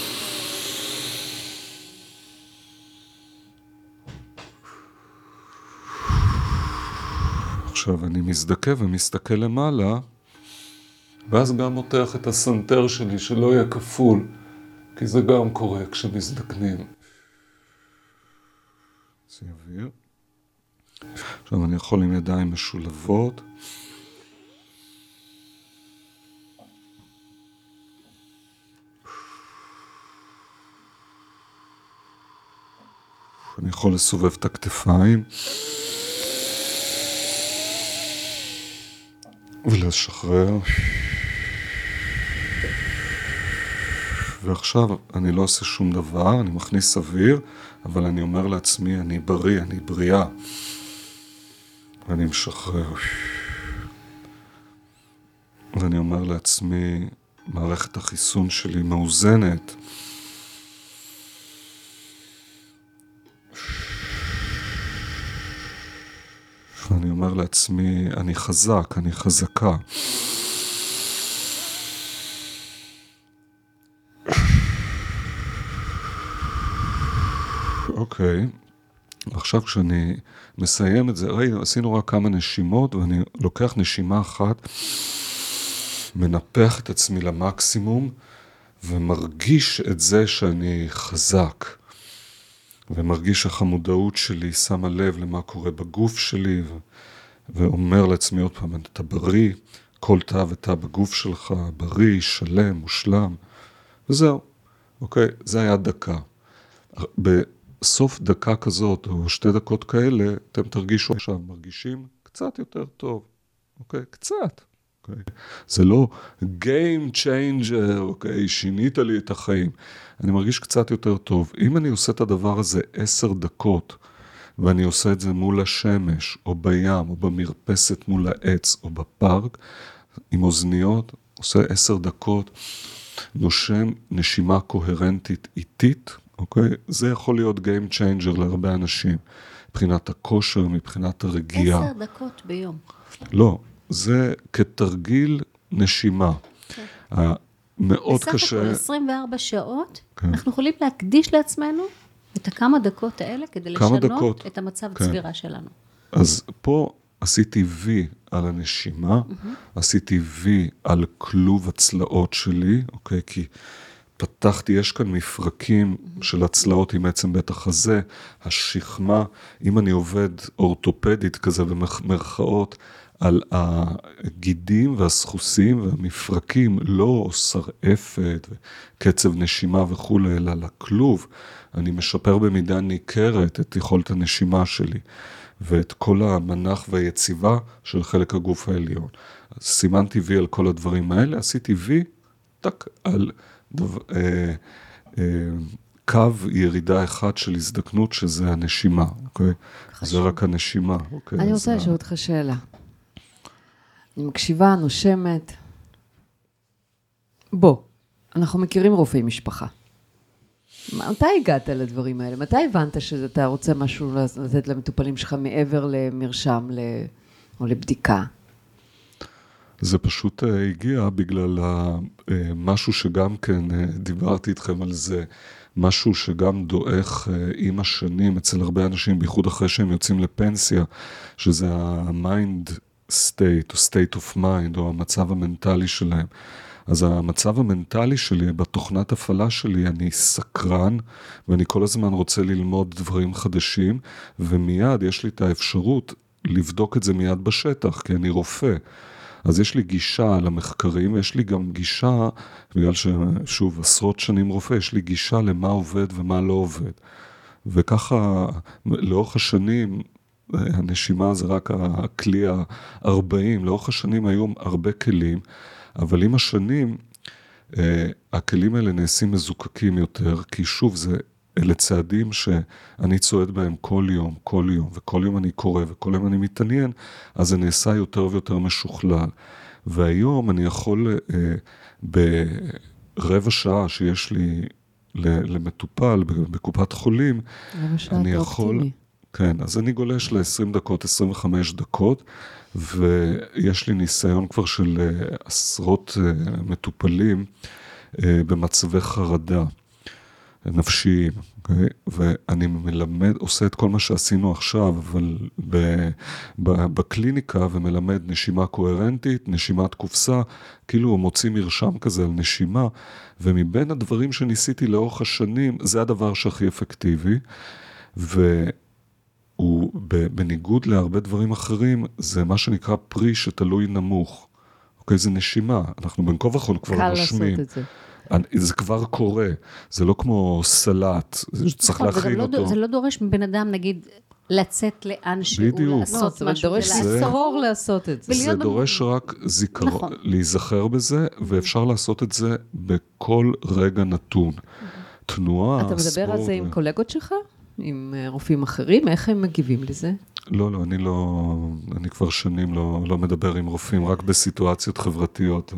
עכשיו אני מזדקף ומסתכל למעלה, ואז גם מותח את הסנטר שלי שלא יהיה כפול, כי זה גם קורה כשמזדקנים. זה אוויר. עכשיו אני יכול עם ידיים משולבות. אני יכול לסובב את הכתפיים. ולשחרר. ועכשיו אני לא עושה שום דבר, אני מכניס אוויר, אבל אני אומר לעצמי, אני בריא, אני בריאה. ואני משחרר. ואני אומר לעצמי, מערכת החיסון שלי מאוזנת. ואני אומר לעצמי, אני חזק, אני חזקה. אוקיי, עכשיו כשאני מסיים את זה, עשינו רק כמה נשימות, ואני לוקח נשימה אחת, מנפח את עצמי למקסימום, ומרגיש את זה שאני חזק. ומרגיש איך המודעות שלי שמה לב למה קורה בגוף שלי, ואומר לעצמי עוד פעם, אתה בריא, כל תא ותא בגוף שלך, בריא, שלם, מושלם, וזהו. אוקיי, זה היה דקה. בסוף דקה כזאת, או 2 דקות כאלה, אתם תרגישו עכשיו, מרגישים קצת יותר טוב. אוקיי, קצת. אוקיי? זה לא game changer, אוקיי? שינית לי את החיים. אני מרגיש קצת יותר טוב. אם אני עושה את הדבר הזה 10 דקות, ואני עושה את זה מול השמש, או בים, או במרפסת מול העץ, או בפארק, עם אוזניות, עושה 10 דקות, נושם נשימה קוהרנטית איטית, אוקיי? זה יכול להיות game changer להרבה אנשים, מבחינת הכושר, מבחינת הרגיעה. 10 דקות ביום. לא, זה כתרגיל נשימה. מאוד קשה. בסך הכל 24 שעות, אנחנו יכולים להקדיש לעצמנו את הכמה דקות האלה כדי לשנות את המצב צבירה שלנו. אז פה עשיתי וי על הנשימה, עשיתי וי על כלוב הצלעות שלי, אוקיי? כי פתחתי, יש כאן מפרקים של הצלעות עם עצם בית החזה, השכמה, אם אני עובד אורתופדית כזה במרכאות, על הגידים והסחוסים והמפרקים, לא שרעפת וקצב נשימה וכו', אלא לכלוב, אני משפר במידה ניכרת את יכולת הנשימה שלי, ואת כל המנח והיציבה של חלק הגוף העליון. אז סימנתי וי על כל הדברים האלה, עשיתי וי, טק, על קו ירידה אחד של הזדקנות, שזה הנשימה, אוקיי? זה רק הנשימה, אוקיי? אני רוצה לשאול אותך שאלה. אני מקשיבה, נושמת. בוא, אנחנו מכירים רופאי משפחה. מתי הגעת לדברים האלה? מתי הבנת שאתה רוצה משהו לתת למטופלים שלך מעבר למרשם או לבדיקה? זה פשוט הגיע בגלל משהו שגם כן דיברתי איתכם על זה, משהו שגם דועך עם השנים אצל הרבה אנשים, בייחוד אחרי שהם יוצאים לפנסיה, שזה ה-mind state או state of mind או המצב המנטלי שלהם. אז המצב המנטלי שלי, בתוכנת הפעלה שלי, אני סקרן, ואני כל הזמן רוצה ללמוד דברים חדשים, ומיד יש לי את האפשרות לבדוק את זה מיד בשטח, כי אני רופא. אז יש לי גישה למחקרים, ויש לי גם גישה, בגלל ששוב, עשרות שנים רופא, יש לי גישה למה עובד ומה לא עובד. וככה, לאורך השנים, הנשימה זה רק הכלי ה-40, לאורך השנים היו הרבה כלים, אבל עם השנים, הכלים האלה נעשים מזוקקים יותר, כי שוב, אלה צעדים שאני צועד בהם כל יום, וכל יום אני קורא, וכל יום אני מתעניין, אז זה נעשה יותר ויותר משוכלל. והיום אני יכול, ברבע שעה שיש לי למטופל בקופת חולים, אני יכול... כן, אז אני גולש ל-20 דקות, 25 דקות, ויש לי ניסיון כבר של עשרות מטופלים במצבי חרדה נפשיים, okay? ואני מלמד, עושה את כל מה שעשינו עכשיו, אבל בקליניקה, ומלמד נשימה קוהרנטית, נשימת קופסה, כאילו מוציא מרשם כזה על נשימה, ומבין הדברים שניסיתי לאורך השנים, זה הדבר שהכי אפקטיבי, הוא בניגוד להרבה דברים אחרים, זה מה שנקרא פרי שתלוי נמוך. אוקיי, זה נשימה. אנחנו בין כה וכה כבר נושמים. קל לעשות את זה. זה כבר קורה. זה לא כמו סלט, צריך להכין אותו. זה לא דורש מבן אדם, נגיד, לצאת לאן שהוא, לעשות משהו. זה דורש לזכור לעשות את זה. זה דורש רק זיכרון, להיזכר בזה, ואפשר לעשות את זה בכל רגע נתון. תנועה, אתה מדבר על זה עם קולגות שלך? עם רופאים אחרים? איך הם מגיבים לזה? לא, אני כבר שנים לא מדבר עם רופאים, רק בסיטואציות חברתיות.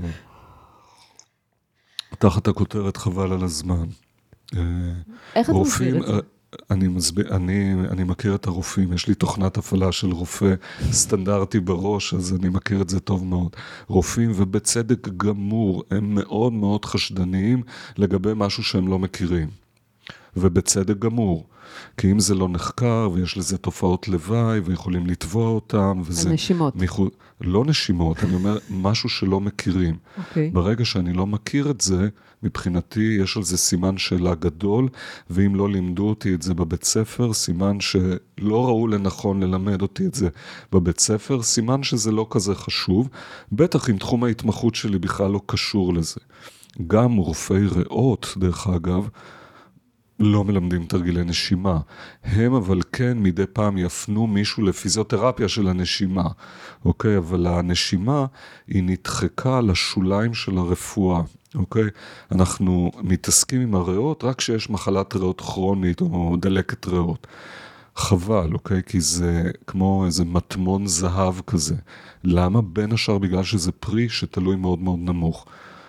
תחת הכותרת חבל על הזמן. איך אתה מסביר את זה? אני מכיר את הרופאים, יש לי תוכנת הפעלה של רופא סטנדרטי בראש, אז אני מכיר את זה טוב מאוד. רופאים, ובצדק גמור, הם מאוד מאוד חשדניים לגבי משהו שהם לא מכירים. ובצדק גמור. כי אם זה לא נחקר, ויש לזה תופעות לוואי, ויכולים לתבוע אותם, וזה... הנשימות. לא נשימות, אני אומר, משהו שלא מכירים. ברגע שאני לא מכיר את זה, מבחינתי יש על זה סימן שאלה גדול, ואם לא לימדו אותי את זה בבית ספר, סימן שלא ראו לנכון ללמד אותי את זה בבית ספר, סימן שזה לא כזה חשוב, בטח אם תחום ההתמחות שלי בכלל לא קשור לזה. גם רופאי ריאות, דרך אגב, לא מלמדים תרגילי נשימה. הם אבל כן מדי פעם יפנו מישהו לפיזיותרפיה של הנשימה. אוקיי? אבל הנשימה היא נדחקה לשוליים של הרפואה. אוקיי? אנחנו מתעסקים עם הריאות רק כשיש מחלת ריאות כרונית או דלקת ריאות. חבל, אוקיי? כי זה כמו איזה מטמון זהב כזה. למה? בין השאר בגלל שזה פרי שתלוי מאוד מאוד נמוך.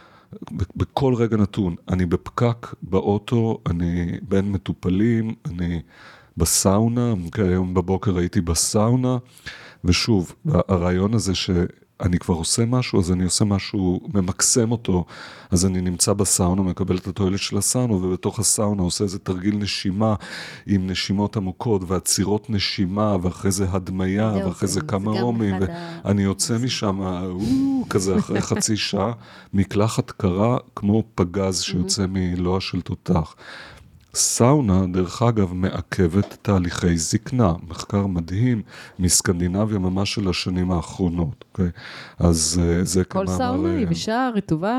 בכל רגע נתון, אני בפקק, באוטו, אני בין מטופלים, אני בסאונה, היום בבוקר הייתי בסאונה, ושוב, הרעיון הזה שאני כבר עושה משהו, אז אני עושה משהו, ממקסם אותו, אז אני נמצא בסאונה, מקבל את התועלת של הסאונה, ובתוך הסאונה עושה איזה תרגיל נשימה, עם נשימות עמוקות, ועצירות נשימה, ואחרי זה הדמיה, ואחרי זה כמה עומים, ואני יוצא משם, כזה אחרי חצי שעה, מקלחת קרה, כמו פגז שיוצא מלוע של תותח. סאונה, דרך אגב, מעכבת תהליכי זקנה, מחקר מדהים מסקנדינביה ממש של השנים האחרונות, אוקיי? אז זה כל סאונה היא בשעה רטובה?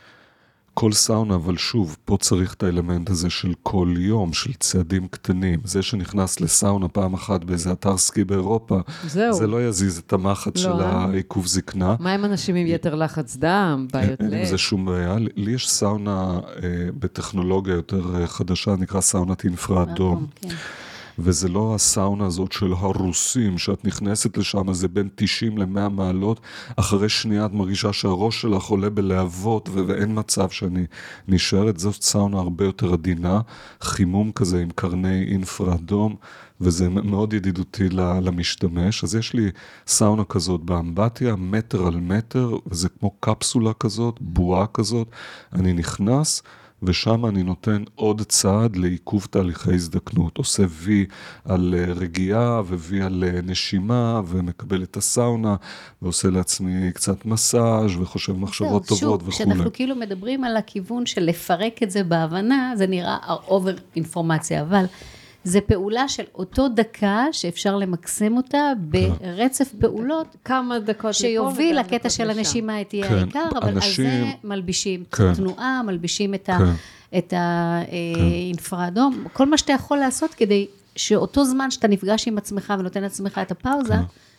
כל סאונה, אבל שוב, פה צריך את האלמנט הזה של כל יום, של צעדים קטנים. זה שנכנס לסאונה פעם אחת באיזה אתר סקי באירופה, זה לא יזיז את המחץ של העיכוב זקנה. מה עם אנשים עם יתר לחץ דם, בעיות לב? אין זה שום בעיה. לי יש סאונה בטכנולוגיה יותר חדשה, נקרא סאונת אינפרה-אדום. וזה לא הסאונה הזאת של הרוסים, שאת נכנסת לשם, זה בין 90 ל-100 מעלות, אחרי שנייה את מרגישה שהראש שלך עולה בלהבות, ואין מצב שאני נשארת, זאת סאונה הרבה יותר עדינה, חימום כזה עם קרני אינפרה-אדום, וזה מאוד ידידותי למשתמש. אז יש לי סאונה כזאת באמבטיה, מטר על מטר, וזה כמו קפסולה כזאת, בועה כזאת, אני נכנס, ושם אני נותן עוד צעד לעיכוב תהליכי הזדקנות. עושה וי על רגיעה ווי על נשימה, ומקבל את הסאונה, ועושה לעצמי קצת מסאז' וחושב מחשבות טובות וכו'. כשאנחנו כאילו מדברים על הכיוון של לפרק את זה בהבנה, זה נראה אובר אינפורמציה, אבל זה פעולה של אותו דקה שאפשר למקסם אותה ברצף פעולות. כמה דקות שיוביל לקטע של הנשימה את יהיה העיקר, אבל על זה מלבישים תנועה, מלבישים את האינפרה-אדום. כל מה שאתה יכול לעשות כדי שאותו זמן שאתה נפגש עם עצמך ונותן לעצמך את הפאוזה,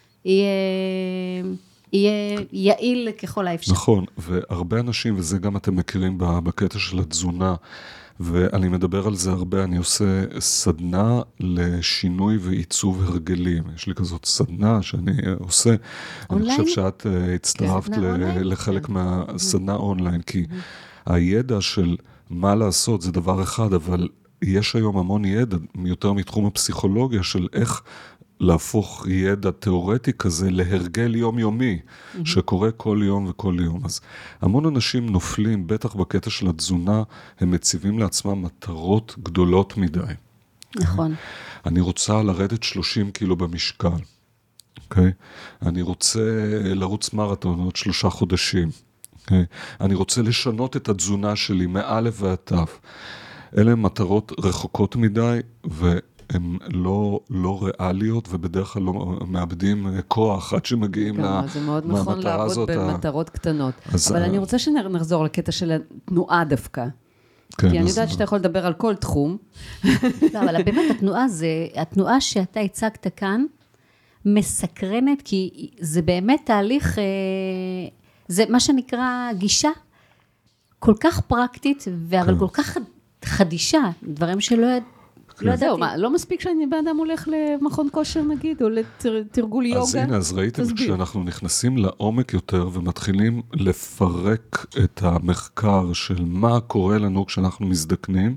יהיה יעיל ככל האפשר. נכון, והרבה אנשים, וזה גם אתם מכירים בקטע של התזונה, ואני מדבר על זה הרבה, אני עושה סדנה לשינוי ועיצוב הרגלים. יש לי כזאת סדנה שאני עושה, אני חושב שאת הצטרפת לחלק מהסדנה אונליין, כי הידע של מה לעשות זה דבר אחד, אבל יש היום המון ידע, יותר מתחום הפסיכולוגיה, של איך להפוך ידע תיאורטי כזה להרגל יומיומי, שקורה כל יום וכל יום. אז המון אנשים נופלים, בטח בקטע של התזונה, הם מציבים לעצמם מטרות גדולות מדי. נכון. אני רוצה לרדת 30 קילו במשקל, אוקיי? אני רוצה לרוץ מרתון עוד 3 חודשים, אוקיי? אני רוצה לשנות את התזונה שלי מאלף ועד תף. אלה הן מטרות רחוקות מדי, הן לא ריאליות, ובדרך כלל לא מאבדים כוח עד שמגיעים למטרה הזאת. זה מאוד נכון לעבוד במטרות קטנות. אבל אני רוצה שנחזור לקטע של התנועה דווקא. כי אני יודעת שאתה יכול לדבר על כל תחום. לא, אבל באמת התנועה שאתה הצגת כאן, מסקרנת, כי זה באמת תהליך, זה מה שנקרא גישה, כל כך פרקטית, אבל כל כך חדישה, דברים שלא זהו, לא מספיק שאני באדם הולך למכון כושר נגיד, או לתרגול יוגה? אז הנה, אז ראיתם כשאנחנו נכנסים לעומק יותר, ומתחילים לפרק את המחקר של מה קורה לנו כשאנחנו מזדקנים,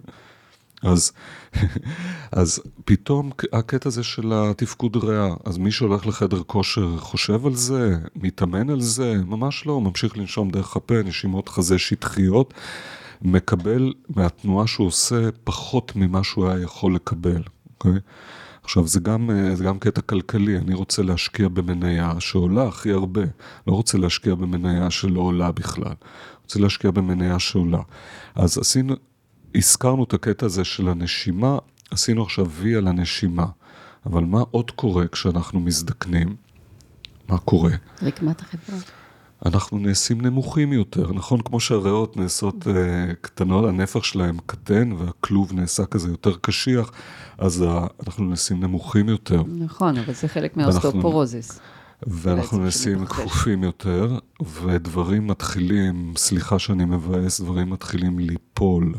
אז פתאום הקטע הזה של התפקוד ריאה, אז מי שהולך לחדר כושר חושב על זה, מתאמן על זה, ממש לא, ממשיך לנשום דרך הפה, נשימות חזה שטחיות, מקבל מהתנועה שהוא עושה פחות ממה שהוא היה יכול לקבל, אוקיי? עכשיו, זה גם קטע כלכלי, אני רוצה להשקיע במניה שעולה הכי הרבה, לא רוצה להשקיע במניה שלא עולה בכלל, רוצה להשקיע במניה שעולה. אז הזכרנו את הקטע הזה של הנשימה, עשינו עכשיו וי על הנשימה, אבל מה עוד קורה כשאנחנו מזדקנים? מה קורה? רקמת החברה. אנחנו נעשים נמוכים יותר, נכון? כמו שהריאות נעשות קטנות, הנפח שלהם קטן, והכלוב נעשה כזה יותר קשיח, אז אנחנו נעשים נמוכים יותר. נכון, אבל זה חלק מהאוסטאופורוזיס. ואנחנו נעשים כפופים יותר, ודברים מתחילים, סליחה שאני מבאס, דברים מתחילים ליפול.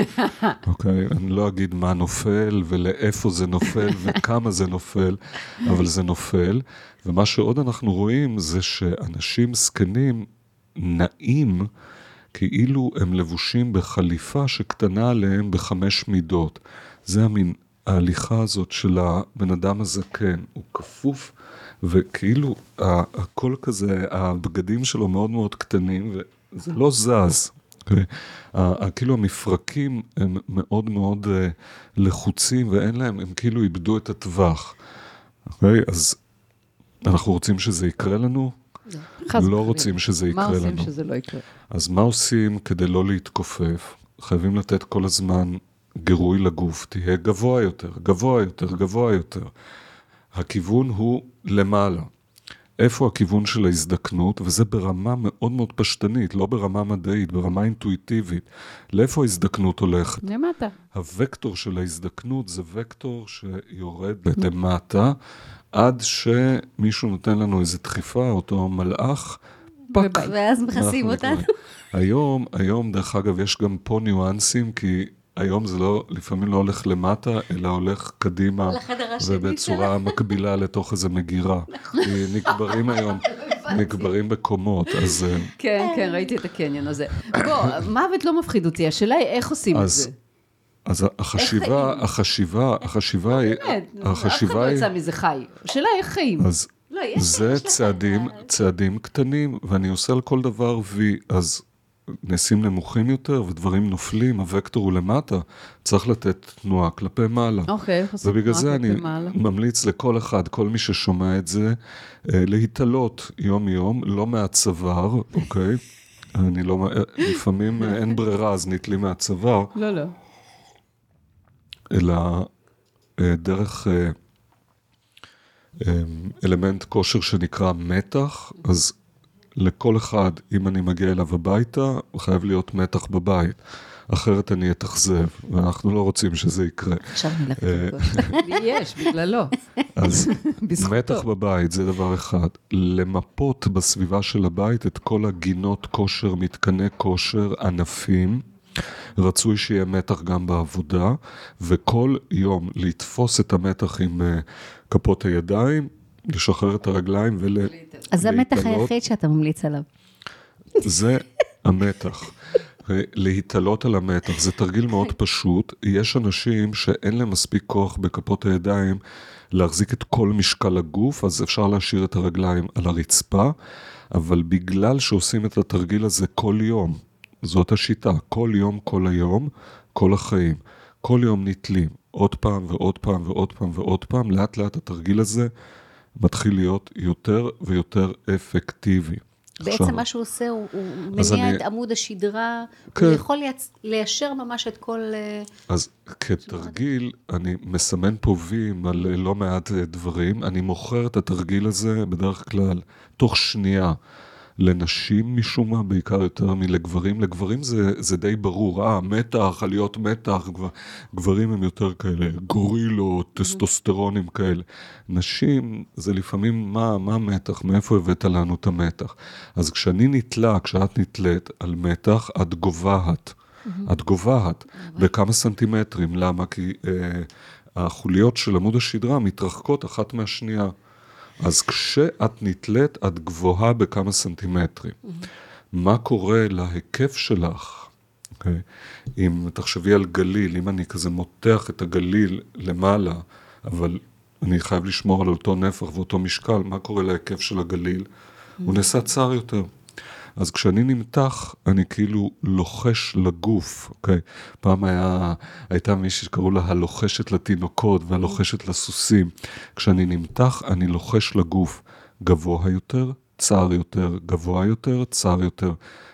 אוקיי? אני לא אגיד מה נופל, ולאיפה זה נופל, וכמה זה נופל, אבל זה נופל. ומה שעוד אנחנו רואים זה שאנשים זקנים נעים, כאילו הם לבושים בחליפה שקטנה עליהם ב5 מידות. זה המין ההליכה הזאת של הבן אדם הזקן, הוא כפוף, וכאילו הכל כזה, הבגדים שלו מאוד מאוד קטנים, וזה לא זז. כאילו המפרקים הם מאוד מאוד לחוצים, ואין להם, הם כאילו איבדו את הטווח. אז אנחנו רוצים שזה יקרה לנו? לא רוצים שזה יקרה לנו. מה עושים שזה לא יקרה? אז מה עושים כדי לא להתכופף? חייבים לתת כל הזמן גירוי לגוף, תהיה גבוה יותר, גבוה יותר, גבוה יותר. הכיוון הוא למעלה. איפה הכיוון של ההזדקנות? וזה ברמה מאוד מאוד פשטנית, לא ברמה מדעית, ברמה אינטואיטיבית. לאיפה ההזדקנות הולכת? למטה. הוקטור של ההזדקנות זה וקטור שיורד למטה, עד שמישהו נותן לנו איזו דחיפה, אותו מלאך, פק. ואז מכסים אותנו. היום, דרך אגב, יש גם פה ניואנסים, כי היום זה לא, לפעמים לא הולך למטה, אלא הולך קדימה, ובצורה מקבילה לתוך איזה מגירה. נקברים היום, נקברים בקומות, אז... כן, כן, ראיתי את הקניון הזה. בוא, מוות לא מפחיד אותי, השאלה היא איך עושים את זה. אז החשיבה היא... אף אחד לא יצא מזה חי. השאלה היא איך חיים. אז זה צעדים קטנים, ואני עושה על כל דבר וי, אז נעשים נמוכים יותר, ודברים נופלים, הוקטור הוא למטה, צריך לתת תנועה כלפי מעלה. אוקיי, ובגלל זה אני ממליץ לכל אחד, כל מי ששומע את זה, להתעלות יום-יום, לא מהצוואר, אוקיי? אני לא... לפעמים אין ברירה, אז נתלים מהצוואר. לא, לא. אלא דרך אלמנט כושר שנקרא מתח, אז לכל אחד, אם אני מגיע אליו הביתה, חייב להיות מתח בבית, אחרת אני אתאכזב, ואנחנו לא רוצים שזה יקרה. עכשיו נלך לכושר. יש, בגללו. אז מתח בבית זה דבר אחד, למפות בסביבה של הבית את כל הגינות כושר, מתקני כושר, ענפים, רצוי שיהיה מתח גם בעבודה, וכל יום לתפוס את המתח עם כפות הידיים, לשחרר את הרגליים אז זה המתח היחיד שאתה ממליץ עליו. זה המתח. להתעלות על המתח, זה תרגיל מאוד פשוט. יש אנשים שאין להם מספיק כוח בכפות הידיים להחזיק את כל משקל הגוף, אז אפשר להשאיר את הרגליים על הרצפה, אבל בגלל שעושים את התרגיל הזה כל יום, זאת השיטה, כל יום, כל היום, כל החיים. כל יום נתלים, עוד פעם ועוד פעם ועוד פעם ועוד פעם, לאט לאט התרגיל הזה מתחיל להיות יותר ויותר אפקטיבי. בעצם מה שהוא עושה, הוא מניע את עמוד השדרה, הוא יכול ליישר ממש את כל... אז כתרגיל, אני מסמן פה ויים על לא מעט דברים, אני מוכר את התרגיל הזה בדרך כלל תוך שנייה, לנשים משום מה, בעיקר יותר מלגברים. לגברים זה די ברור, מתח, עליות מתח, גברים הם יותר כאלה, גורילות, טסטוסטרונים כאלה. נשים זה לפעמים מה מתח, מאיפה הבאת לנו את המתח. אז כשאני נתלה, כשאת נתלית על מתח, את גובהת. את גובהת בכמה סנטימטרים. למה? כי החוליות של עמוד השדרה מתרחקות אחת מהשנייה. אז כשאת נתלית, את גבוהה בכמה סנטימטרים. מה קורה להיקף שלך? אם תחשבי על גליל, אם אני כזה מותח את הגליל למעלה, אבל אני חייב לשמור על אותו נפח ואותו משקל, מה קורה להיקף של הגליל? הוא נעשה צר יותר. אז כשאני נמתח, אני כאילו לוחש לגוף, אוקיי? פעם הייתה מישהי שקראו לה הלוחשת לתינוקות והלוחשת לסוסים. כשאני נמתח, אני לוחש לגוף גבוה יותר, צר יותר, גבוה יותר, צר יותר.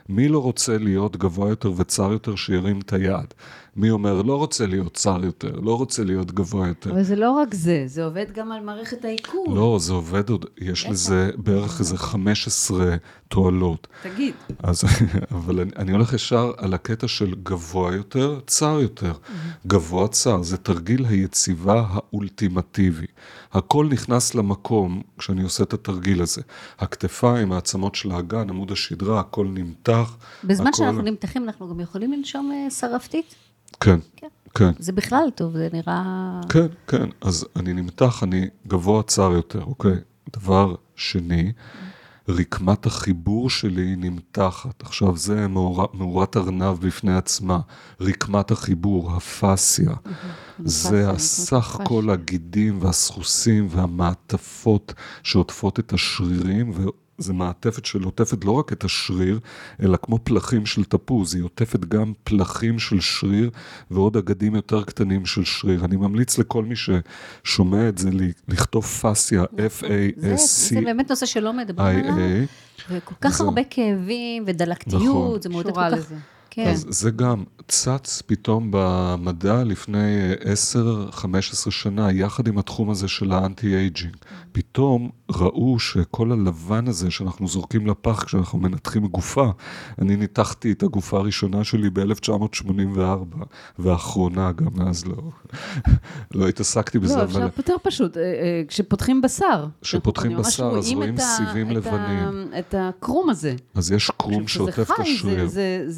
מי לא רוצה להיות גבוה יותר וצר יותר שירים את היד? מי אומר, לא רוצה להיות צר יותר, לא רוצה להיות גבוה יותר. אבל זה לא רק זה, זה עובד גם על מערכת העיכול. לא, זה עובד עוד, יש לזה בערך איזה 15 תועלות. תגיד. אבל אני הולך ישר על הקטע של גבוה יותר, צר יותר. גבוה צר, זה תרגיל היציבה האולטימטיבי. הכל נכנס למקום כשאני עושה את התרגיל הזה. הכתפיים, העצמות של האגן, עמוד השדרה, הכל נמתח. בזמן שאנחנו נמתחים, אנחנו גם יכולים לנשום שרפתית? כן, כן. זה בכלל טוב, זה נראה... כן, כן. אז אני נמתח, אני גבוה צר יותר, אוקיי? דבר שני, רקמת החיבור שלי נמתחת. עכשיו, זה מאורת ארנב בפני עצמה. רקמת החיבור, הפסיה. זה הסך כל הגידים והסחוסים והמעטפות שעוטפות את השרירים, זה מעטפת של עוטפת לא רק את השריר, אלא כמו פלחים של תפוז, היא עוטפת גם פלחים של שריר, ועוד אגדים יותר קטנים של שריר. אני ממליץ לכל מי ששומע את זה, לכתוב פסיה, F-A-S-C-I-A. זה באמת נושא שלא מדברים עליו, וכל כך הרבה כאבים ודלקתיות, זה מעודד כל כך... אז זה גם צץ פתאום במדע לפני 10-15 שנה, יחד עם התחום הזה של האנטי-אייג'ינג. פתאום ראו שכל הלבן הזה שאנחנו זורקים לפח כשאנחנו מנתחים גופה, אני ניתחתי את הגופה הראשונה שלי ב-1984, והאחרונה גם אז לא התעסקתי בזה. לא, אפשר יותר פשוט, כשפותחים בשר. כשפותחים בשר, אז רואים סיבים לבנים. את הקרום הזה. אז יש קרום שעוטף את השריר.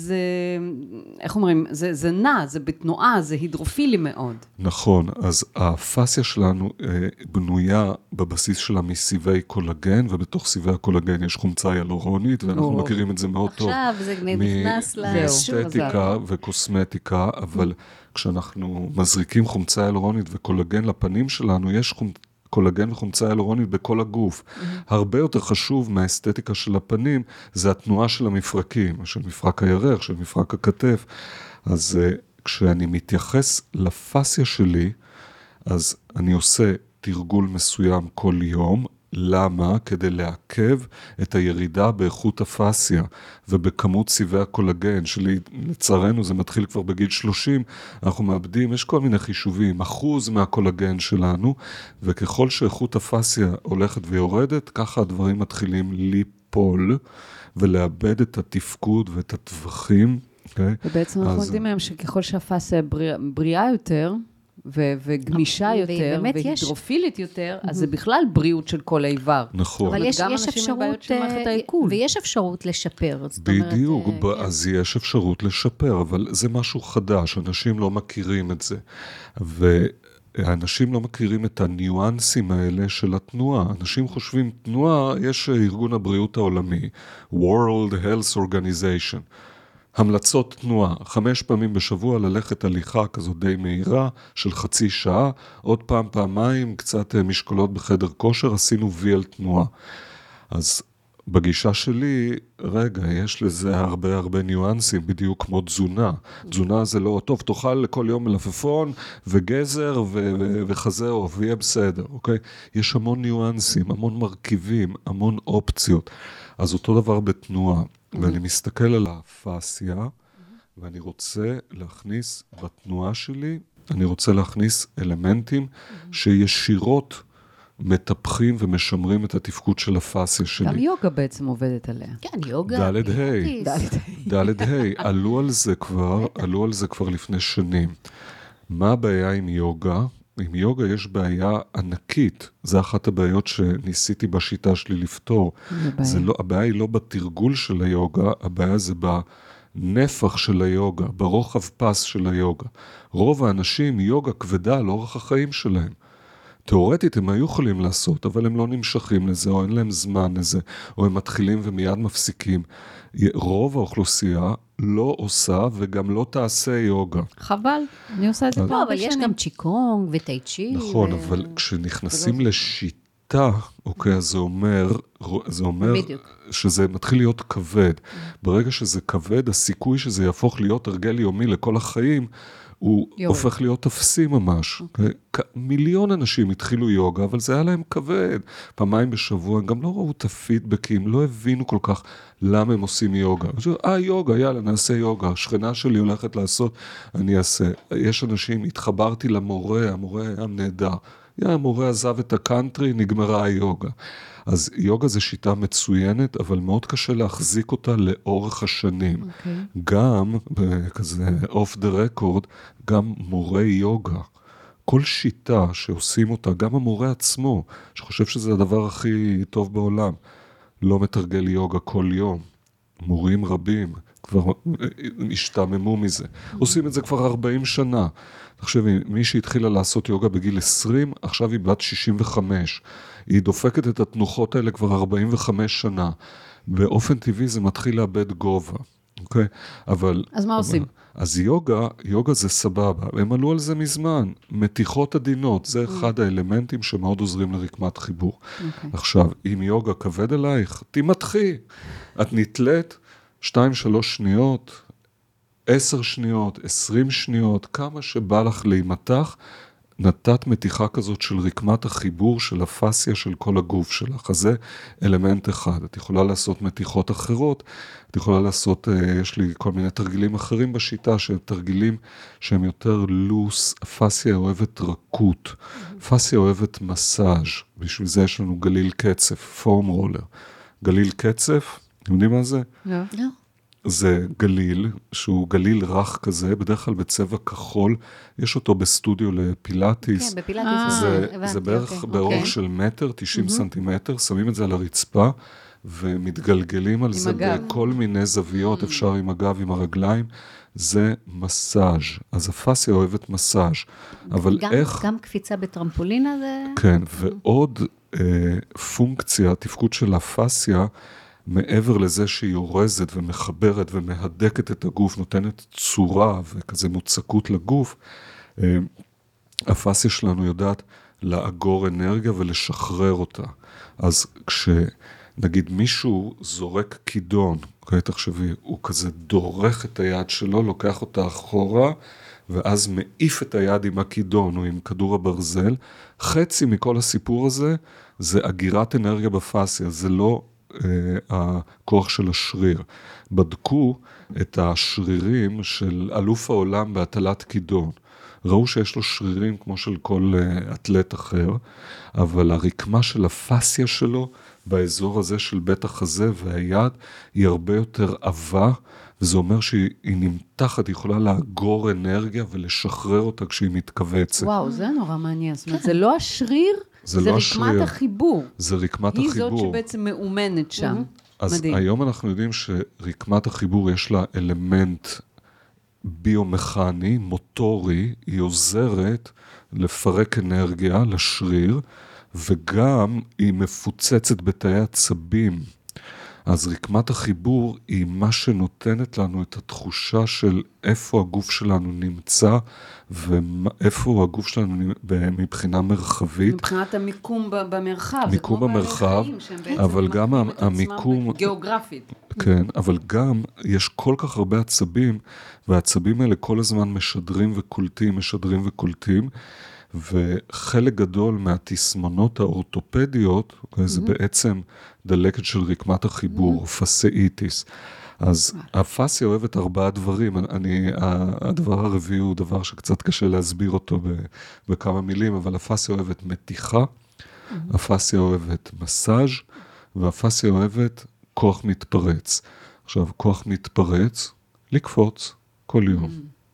איך אומרים, זה נע, זה בתנועה, זה הידרופילי מאוד. נכון, אז הפסיה שלנו בנויה בבסיס שלה מסיבי קולגן, ובתוך סיבי הקולגן יש חומצה ילורונית, ואנחנו מכירים את זה מאוד טוב. עכשיו זה נכנס מאסתטיקה וקוסמטיקה, אבל כשאנחנו מזריקים חומצה ילורונית וקולגן לפנים שלנו, יש קולגן וחומצה ילורונית בכל הגוף. הרבה יותר חשוב מהאסתטיקה של הפנים, זה התנועה של המפרקים, של מפרק הירך, של מפרק הכתף. אז כשאני מתייחס לפסיה שלי, אז אני עושה תרגול מסוים כל יום. למה? כדי לעכב את הירידה באיכות הפסיה ובכמות סיבי הקולגן שלי. לצערנו זה מתחיל כבר בגיל 30, אנחנו מאבדים, יש כל מיני חישובים, 1% מהקולגן שלנו, וככל שאיכות הפסיה הולכת ויורדת, ככה הדברים מתחילים ליפול ולאבד את התפקוד ואת הטווחים. ובעצם אנחנו יודעים היום שככל שהפסיה בריאה יותר, וגמישה יותר, והידרופילית יותר, אז זה בכלל בריאות של כל האיבר. נכון. אבל יש אפשרות, ויש אפשרות לשפר. בדיוק, אז יש אפשרות לשפר, אבל זה משהו חדש, אנשים לא מכירים את זה. ואנשים לא מכירים את הניואנסים האלה של התנועה. אנשים חושבים, תנועה, יש ארגון הבריאות העולמי, World Health Organization, המלצות תנועה, 5 פעמים בשבוע ללכת הליכה כזו די מהירה של חצי שעה, עוד פעמיים, קצת משקולות בחדר כושר, עשינו וי על תנועה. אז בגישה שלי, רגע, יש לזה הרבה ניואנסים, בדיוק כמו תזונה. תזונה זה לא, טוב, תאכל לכל יום מלפפון וגזר וחזה עוף, ויהיה בסדר, אוקיי? יש המון ניואנסים, המון מרכיבים, המון אופציות. אז אותו דבר בתנועה. ואני מסתכל על הפסיה, ואני רוצה להכניס בתנועה שלי, אני רוצה להכניס אלמנטים שישירות מטפחים ומשמרים את התפקוד של הפסיה שלי. גם יוגה בעצם עובדת עליה. כן, יוגה. ד' ה', עלו על זה כבר לפני שנים. מה הבעיה עם יוגה? עם יוגה יש בעיה ענקית, זה אחת הבעיות שניסיתי בשיטה שלי לפתור. הבעיה היא לא בתרגול של היוגה, הבעיה זה בנפח של היוגה, ברוחב פס של היוגה. רוב האנשים יוגה כבדה על אורח החיים שלהם. תיאורטית הם היו יכולים לעשות, אבל הם לא נמשכים לזה, או אין להם זמן לזה, או הם מתחילים ומיד מפסיקים. רוב האוכלוסייה לא עושה וגם לא תעשה יוגה. חבל, אני עושה את זה לא, אבל יש גם צ'יקונג וטאי צ'י. נכון, אבל כשנכנסים לשיטה, אוקיי, אז זה אומר שזה מתחיל להיות כבד. ברגע שזה כבד, הסיכוי שזה יהפוך להיות הרגל יומי לכל החיים, הוא הופך להיות אפסי ממש. מיליון אנשים התחילו יוגה, אבל זה היה להם כבד. פעמיים בשבוע, הם גם לא ראו את הפידבקים, לא הבינו כל כך למה הם עושים יוגה. יוגה, יאללה, נעשה יוגה. השכנה שלי הולכת לעשות, אני אעשה. יש אנשים, התחברתי למורה, המורה היה נהדר. המורה עזב את הקאנטרי, נגמרה היוגה. אז יוגה זה שיטה מצוינת, אבל מאוד קשה להחזיק אותה לאורך השנים. גם, כזה off the record, גם מורי יוגה. כל שיטה שעושים אותה, גם המורה עצמו, שחושב שזה הדבר הכי טוב בעולם, לא מתרגל יוגה כל יום. מורים רבים כבר השתעממו מזה. עושים את זה כבר 40 שנה. תחשבי, מי שהתחילה לעשות יוגה בגיל 20, עכשיו היא בת 65. היא דופקת את התנוחות האלה כבר 45 שנה. באופן טבעי זה מתחיל לאבד גובה. אוקיי? אבל... אז מה עושים? אז יוגה זה סבבה. הם עלו על זה מזמן. מתיחות עדינות, זה אחד האלמנטים שמאוד עוזרים לרקמת חיבור. עכשיו, אם יוגה כבד עלייך, תימתחי. את נתלית 2-3 שניות, 10 שניות, 20 שניות, כמה שבא לך להימתח, נתת מתיחה כזאת של רקמת החיבור של הפסיה של כל הגוף שלך. אז זה אלמנט אחד. את יכולה לעשות מתיחות אחרות, את יכולה לעשות, יש לי כל מיני תרגילים אחרים בשיטה, תרגילים שהם יותר לוס, הפסיה אוהבת רכות, פסיה אוהבת מסאז', בשביל זה יש לנו גליל קצף, פורם רולר. גליל קצף, אתם יודעים מה זה? לא. זה גליל, שהוא גליל רך כזה, בדרך כלל בצבע כחול, יש אותו בסטודיו לפילאטיס. כן, בפילאטיס, זה בערך באורך של מטר, 90 סנטימטר, שמים את זה על הרצפה, ומתגלגלים על זה בכל מיני זוויות, אפשר עם הגב, עם הרגליים, זה מסאז'. אז הפסיה אוהבת מסאז'. אבל איך... גם קפיצה בטרמפולינה זה... כן, ועוד פונקציה, תפקוד של הפסיה, מעבר לזה שהיא אורזת ומחברת ומהדקת את הגוף, נותנת צורה וכזה מוצקות לגוף, הפסיה שלנו יודעת לאגור אנרגיה ולשחרר אותה. אז כשנגיד מישהו זורק כידון, תחשבי, הוא כזה דורך את היד שלו, לוקח אותה אחורה, ואז מעיף את היד עם הכידון או עם כדור הברזל. חצי מכל הסיפור הזה, זה אגירת אנרגיה בפסיה, זה לא... הכוח של השריר. בדקו את השרירים של אלוף העולם בהטלת כידון. ראו שיש לו שרירים כמו של כל אתלט אחר, אבל הרקמה של הפסיה שלו באזור הזה של בית החזה והיד היא הרבה יותר עבה, וזה אומר שהיא נמתחת, היא יכולה לאגור אנרגיה ולשחרר אותה כשהיא מתכווצת. וואו, זה נורא מעניין. זאת אומרת, זה לא השריר, זה לא רקמת השריר. החיבור. זה רקמת החיבור. היא זאת שבעצם מאומנת שם. אז מדהים. היום אנחנו יודעים שרקמת החיבור יש לה אלמנט ביומכני, מוטורי, היא עוזרת לפרק אנרגיה לשריר, וגם היא מפוצצת בתאי עצבים. אז רקמת החיבור היא מה שנותנת לנו את התחושה של איפה הגוף שלנו נמצא, ואיפה הגוף שלנו מבחינה מרחבית. מבחינת המיקום במרחב. מיקום במרחב, אבל גם המיקום... גיאוגרפית. כן, אבל גם יש כל כך הרבה עצבים, והעצבים האלה כל הזמן משדרים וקולטים, וחלק גדול מהתסמונות האורתופדיות, זה בעצם דלקת של רקמת החיבור, פסאיטיס. אז הפסיה אוהבת 4 דברים, הדבר הרביעי הוא דבר שקצת קשה להסביר אותו בכמה מילים, אבל הפסיה אוהבת מתיחה, הפסיה אוהבת מסאז', והפסיה אוהבת כוח מתפרץ. עכשיו, כוח מתפרץ, לקפוץ כל יום.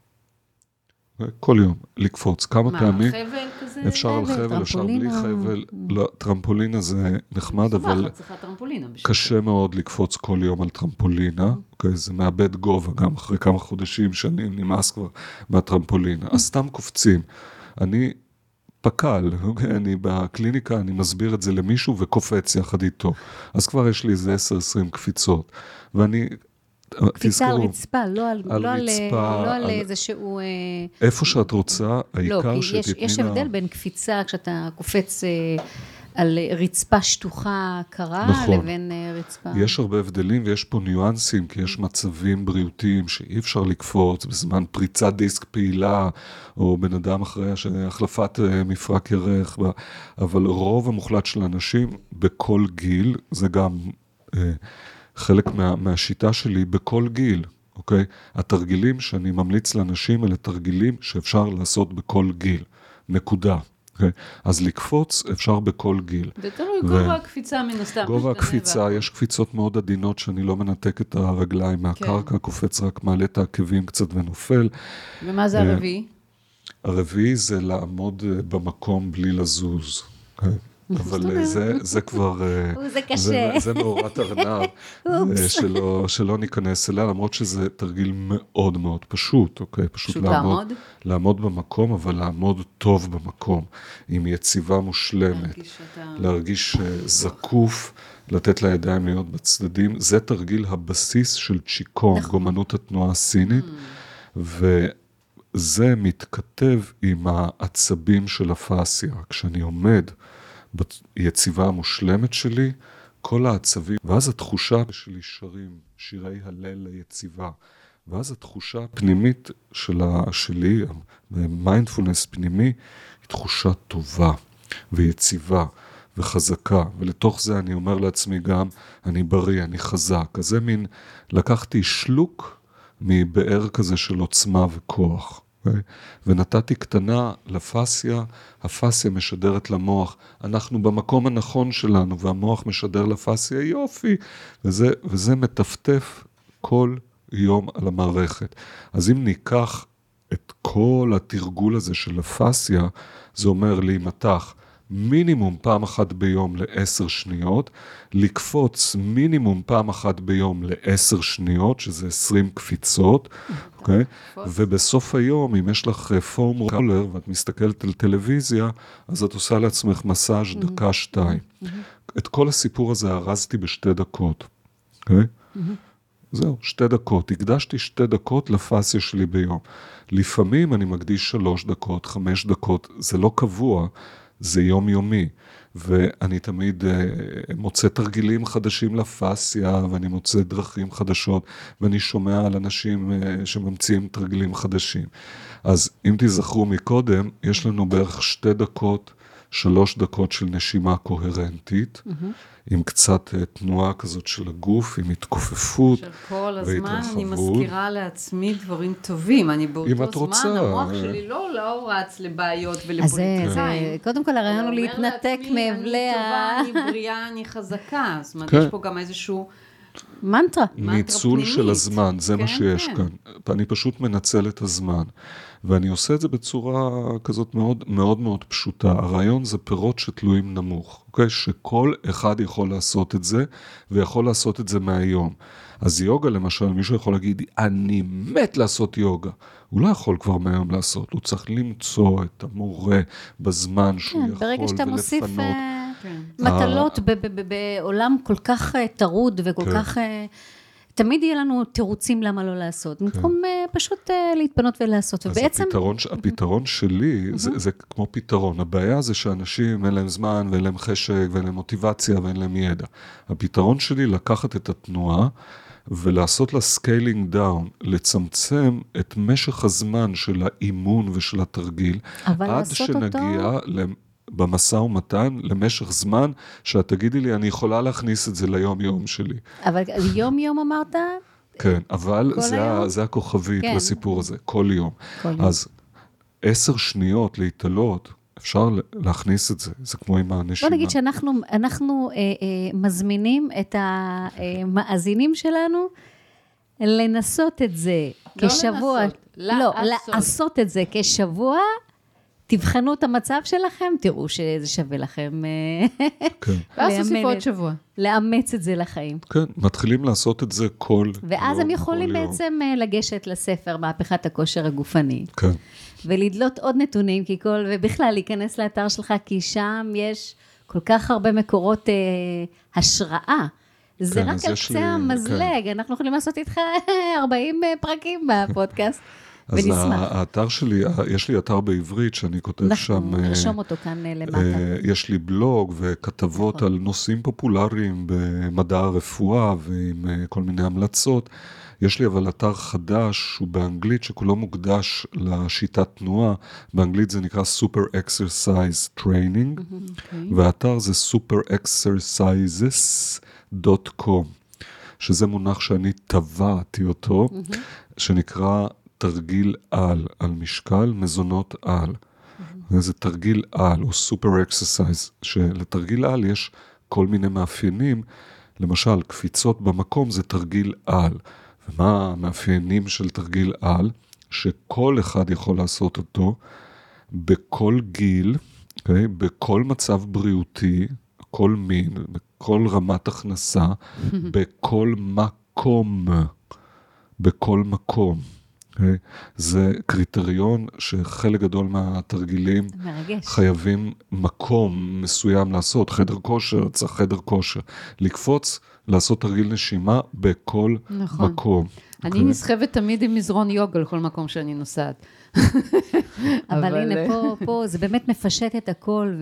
כל יום, לקפוץ. כמה פעמים... מה, חבל כזה? אפשר על חבל, אפשר בלי חבל. לא, טרמפולינה זה נחמד, אבל קשה מאוד לקפוץ כל יום על טרמפולינה. זה מאבד גובה, גם אחרי כמה חודשים, שנים, נמאס כבר מהטרמפולינה. אז סתם קופצים. אני פקל, אני בקליניקה, אני מסביר את זה למישהו וקופץ יחד איתו. אז כבר יש לי איזה 10-20 קפיצות. ואני... קפיצה על רצפה, לא על איזה שהוא... איפה שאת רוצה, העיקר שתתני לה... יש הבדל בין קפיצה כשאתה קופץ על רצפה שטוחה קרה, נכון. לבין רצפה... יש הרבה הבדלים ויש פה ניואנסים, כי יש מצבים בריאותיים שאי אפשר לקפוץ בזמן פריצת דיסק פעילה, או בן אדם אחרי החלפת מפרק ירך, אבל רוב המוחלט של אנשים בכל גיל, זה גם חלק מהשיטה שלי, בכל גיל, אוקיי? התרגילים שאני ממליץ לאנשים, אלה תרגילים שאפשר לעשות בכל גיל, נקודה. Okay. אז לקפוץ אפשר בכל גיל. זה תלוי גובה הקפיצה מן הסתם. גובה הקפיצה, יש קפיצות מאוד עדינות שאני לא מנתק את הרגליים מהקרקע, קופץ רק מעלה את העקבים קצת ונופל. ומה זה הרביעי? הרביעי זה לעמוד במקום בלי לזוז. אבל זה כבר, זה קשה. זה מאורת ארנב, שלא ניכנס אליה, למרות שזה תרגיל מאוד מאוד פשוט, אוקיי? פשוט לעמוד? לעמוד במקום, אבל לעמוד טוב במקום, עם יציבה מושלמת, להרגיש זקוף, לתת לידיים להיות בצדדים, זה תרגיל הבסיס של צ'יקונג, אומנות התנועה הסינית, וזה מתכתב עם העצבים של הפאסיה, כשאני עומד, ביציבה המושלמת שלי, כל העצבים, ואז התחושה שלי שרים, שירי הלל ליציבה, ואז התחושה הפנימית שלי, מיינדפולנס פנימי, היא תחושה טובה ויציבה וחזקה, ולתוך זה אני אומר לעצמי גם, אני בריא, אני חזק, אז זה מין, לקחתי שלוק מבאר כזה של עוצמה וכוח. ונתתי קטנה לפאסיה, הפאסיה משדרת למוח, אנחנו במקום הנכון שלנו, והמוח משדר לפאסיה יופי, וזה מטפטף כל יום על המערכת. אז אם ניקח את כל התרגול הזה של הפאסיה, זה אומר להימתח מינימום פעם אחת ביום ל10 שניות, לקפוץ מינימום פעם אחת ביום ל10 שניות, שזה 20 קפיצות, אוקיי? ובסוף היום, אם יש לך פורם רולר, ואת מסתכלת על טלוויזיה, אז את עושה לעצמך מסאז' דקה 2. את כל הסיפור הזה הרזתי ב2 דקות, אוקיי? זהו, 2 דקות. הקדשתי 2 דקות לפאסיה שלי ביום. לפעמים אני מקדיש 3 דקות, 5 דקות, זה לא קבוע, זה יומיומי, ואני תמיד מוצא תרגילים חדשים לפאסיה, ואני מוצא דרכים חדשות, ואני שומע על אנשים שממציאים תרגילים חדשים. אז אם תזכרו מקודם, יש לנו בערך 2 דקות, 3 דקות של נשימה קוהרנטית, עם קצת תנועה כזאת של הגוף, עם התכופפות והתרחבות. כל הזמן אני מזכירה לעצמי דברים טובים, אני באותו זמן, המוח שלי לא רץ לבעיות ולפוליטיקאים. קודם כל הרעיון הוא להתנתק מאבלי אני טובה, אני בריאה, אני חזקה, זאת אומרת, יש פה גם איזשהו מנטרה. ניצול של הזמן, זה מה שיש כאן. אני פשוט מנצל את הזמן. ואני עושה את זה בצורה כזאת מאוד מאוד מאוד פשוטה. הרעיון זה פירות שתלויים נמוך, אוקיי? שכל אחד יכול לעשות את זה, ויכול לעשות את זה מהיום. אז יוגה למשל, מישהו יכול להגיד, אני מת לעשות יוגה. הוא לא יכול כבר מהיום לעשות, הוא צריך למצוא את המורה בזמן שהוא יכול ולפנות. ברגע שאתה מוסיף מטלות בעולם כל כך טרוד וכל כך... תמיד יהיה לנו תירוצים למה לא לעשות, במקום פשוט להתפנות ולעשות. אז הפתרון שלי, זה כמו פתרון. הבעיה זה שאנשים אין להם זמן, ואין להם חשק, ואין להם מוטיבציה, ואין להם ידע. הפתרון שלי לקחת את התנועה, ולעשות לה סקיילינג דאון, לצמצם את משך הזמן של האימון ושל התרגיל, עד שנגיע במשא ומתן למשך זמן, שאת תגידי לי, אני יכולה להכניס את זה ליום יום שלי. אבל יום יום אמרת? כן, אבל זה הכוכבית לסיפור הזה, כל יום. אז 10 שניות להתעלות, אפשר להכניס את זה, זה כמו עם הנשימה. בוא נגיד שאנחנו מזמינים את המאזינים שלנו, לנסות את זה כשבוע. לא, לעשות את זה כשבוע, תבחנו את המצב שלכם, תראו שזה שווה לכם. ואז תוסיפו עוד שבוע. לאמץ את זה לחיים. כן, מתחילים לעשות את זה כל יום. ואז הם יכולים בעצם לגשת לספר, מהפכת הכושר הגופני. כן. ולדלות עוד נתונים, ובכלל להיכנס לאתר שלך, כי שם יש כל כך הרבה מקורות השראה. זה רק על קצה המזלג, אנחנו יכולים לעשות איתך 40 פרקים בפודקאסט. אז ונשמח. האתר שלי, יש לי אתר בעברית שאני כותב שם, נרשום אותו כאן למטה. יש לי בלוג וכתבות על נושאים פופולריים במדע הרפואה ועם כל מיני המלצות. יש לי אבל אתר חדש, הוא באנגלית, שכולו מוקדש לשיטת תנועה. באנגלית זה נקרא Super Exercise Training, והאתר זה superexercises.com, שזה מונח שאני טבעתי אותו, שנקרא תרגיל על משקל מזונות על. זה תרגיל על, או Super Exercise, שלתרגיל על יש כל מיני מאפיינים, למשל, קפיצות במקום זה תרגיל על. ומה המאפיינים של תרגיל על? שכל אחד יכול לעשות אותו בכל גיל, okay? בכל מצב בריאותי, כל מין, בכל רמת הכנסה, בכל מקום. בכל מקום. Okay? זה קריטריון שחלק גדול מהתרגילים חייבים מקום מסוים לעשות. חדר כושר, צריך חדר כושר. לקפוץ, לעשות תרגיל נשימה בכל מקום. אני נסחבת תמיד עם מזרון יוגה לכל מקום שאני נוסעת. אבל הנה, פה זה באמת מפשט את הכל,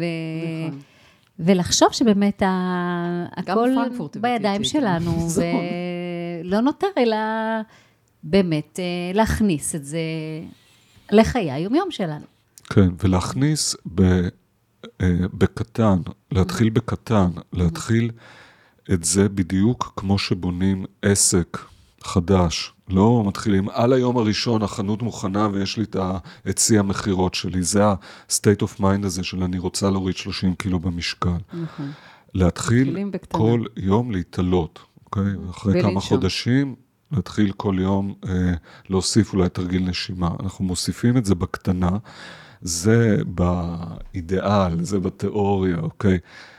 ולחשוב שבאמת הכל בידיים שלנו, ולא נותר אלא באמת להכניס את זה לחיי היומיום שלנו. כן, ולהכניס בקטן, להתחיל בקטן, להתחיל את זה בדיוק כמו שבונים עסק חדש. לא מתחילים, על היום הראשון החנות מוכנה ויש לי את שיא המחירות שלי. זה ה-state of mind הזה של אני רוצה להוריד 30 קילו במשקל. נכון. להתחיל כל יום להתעלות. אוקיי? אחרי כמה חודשים, להתחיל כל יום להוסיף אולי תרגיל נשימה. אנחנו מוסיפים את זה בקטנה. זה באידיאל, זה בתיאוריה, אוקיי?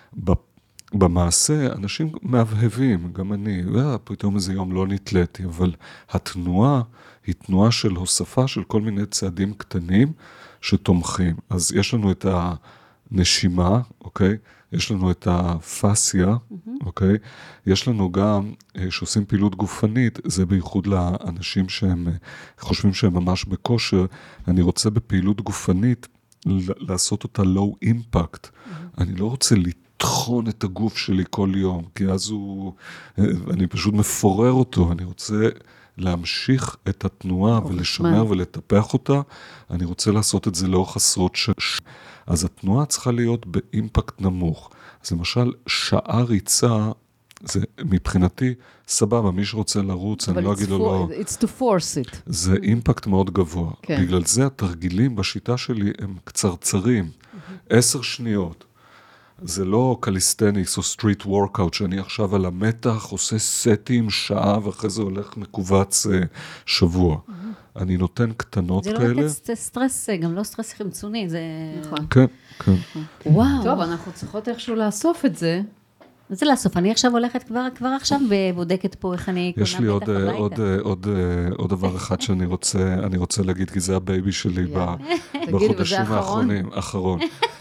במעשה, אנשים מהבהבים, גם אני, פתאום איזה יום לא נתלתי, אבל התנועה היא תנועה של הוספה של כל מיני צעדים קטנים שתומכים. אז יש לנו את הנשימה, אוקיי? יש לנו את הפסיה, אוקיי? יש לנו גם, שעושים פעילות גופנית, זה בייחוד לאנשים שהם חושבים שהם ממש בכושר, אני רוצה בפעילות גופנית לעשות אותה low impact. אני לא רוצה לטחון את הגוף שלי כל יום, כי אז אני פשוט מפורר אותו, אני רוצה להמשיך את התנועה ולשמר ולטפח אותה, אני רוצה לעשות את זה לאורך עשרות אז התנועה צריכה להיות באימפקט נמוך. אז למשל, שעה ריצה, זה מבחינתי סבבה, מי שרוצה לרוץ, אני לא אגיד לו לא. It's to force it. זה אימפקט מאוד גבוה. כן. בגלל זה התרגילים בשיטה שלי הם קצרצרים. 10 שניות. זה לא קליסטניקס או סטריט וורקאוט, שאני עכשיו על המתח, עושה סטים שעה, ואחרי זה הולך מקובץ שבוע. אני נותן קטנות כאלה. זה לא לתת סטרס, גם לא סטרס חמצוני, זה... נכון. כן, כן. וואו. טוב, אנחנו צריכות איכשהו לאסוף את זה. זה לאסוף, אני עכשיו הולכת כבר עכשיו ובודקת פה איך אני יש לי עוד דבר אחד שאני רוצה להגיד, כי זה הבייבי שלי בחודשים האחרונים. אחרון.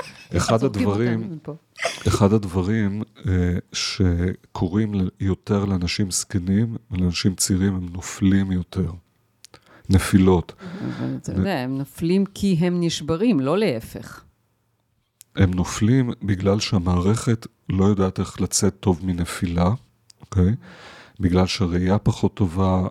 אחד הדברים שקורים יותר לאנשים זקנים ולאנשים צעירים, הם נופלים יותר. נפילות. אבל אתה יודע, הם נופלים כי הם נשברים, לא להפך. הם נופלים בגלל שהמערכת לא יודעת איך לצאת טוב מנפילה, אוקיי? בגלל שהראייה פחות טובה,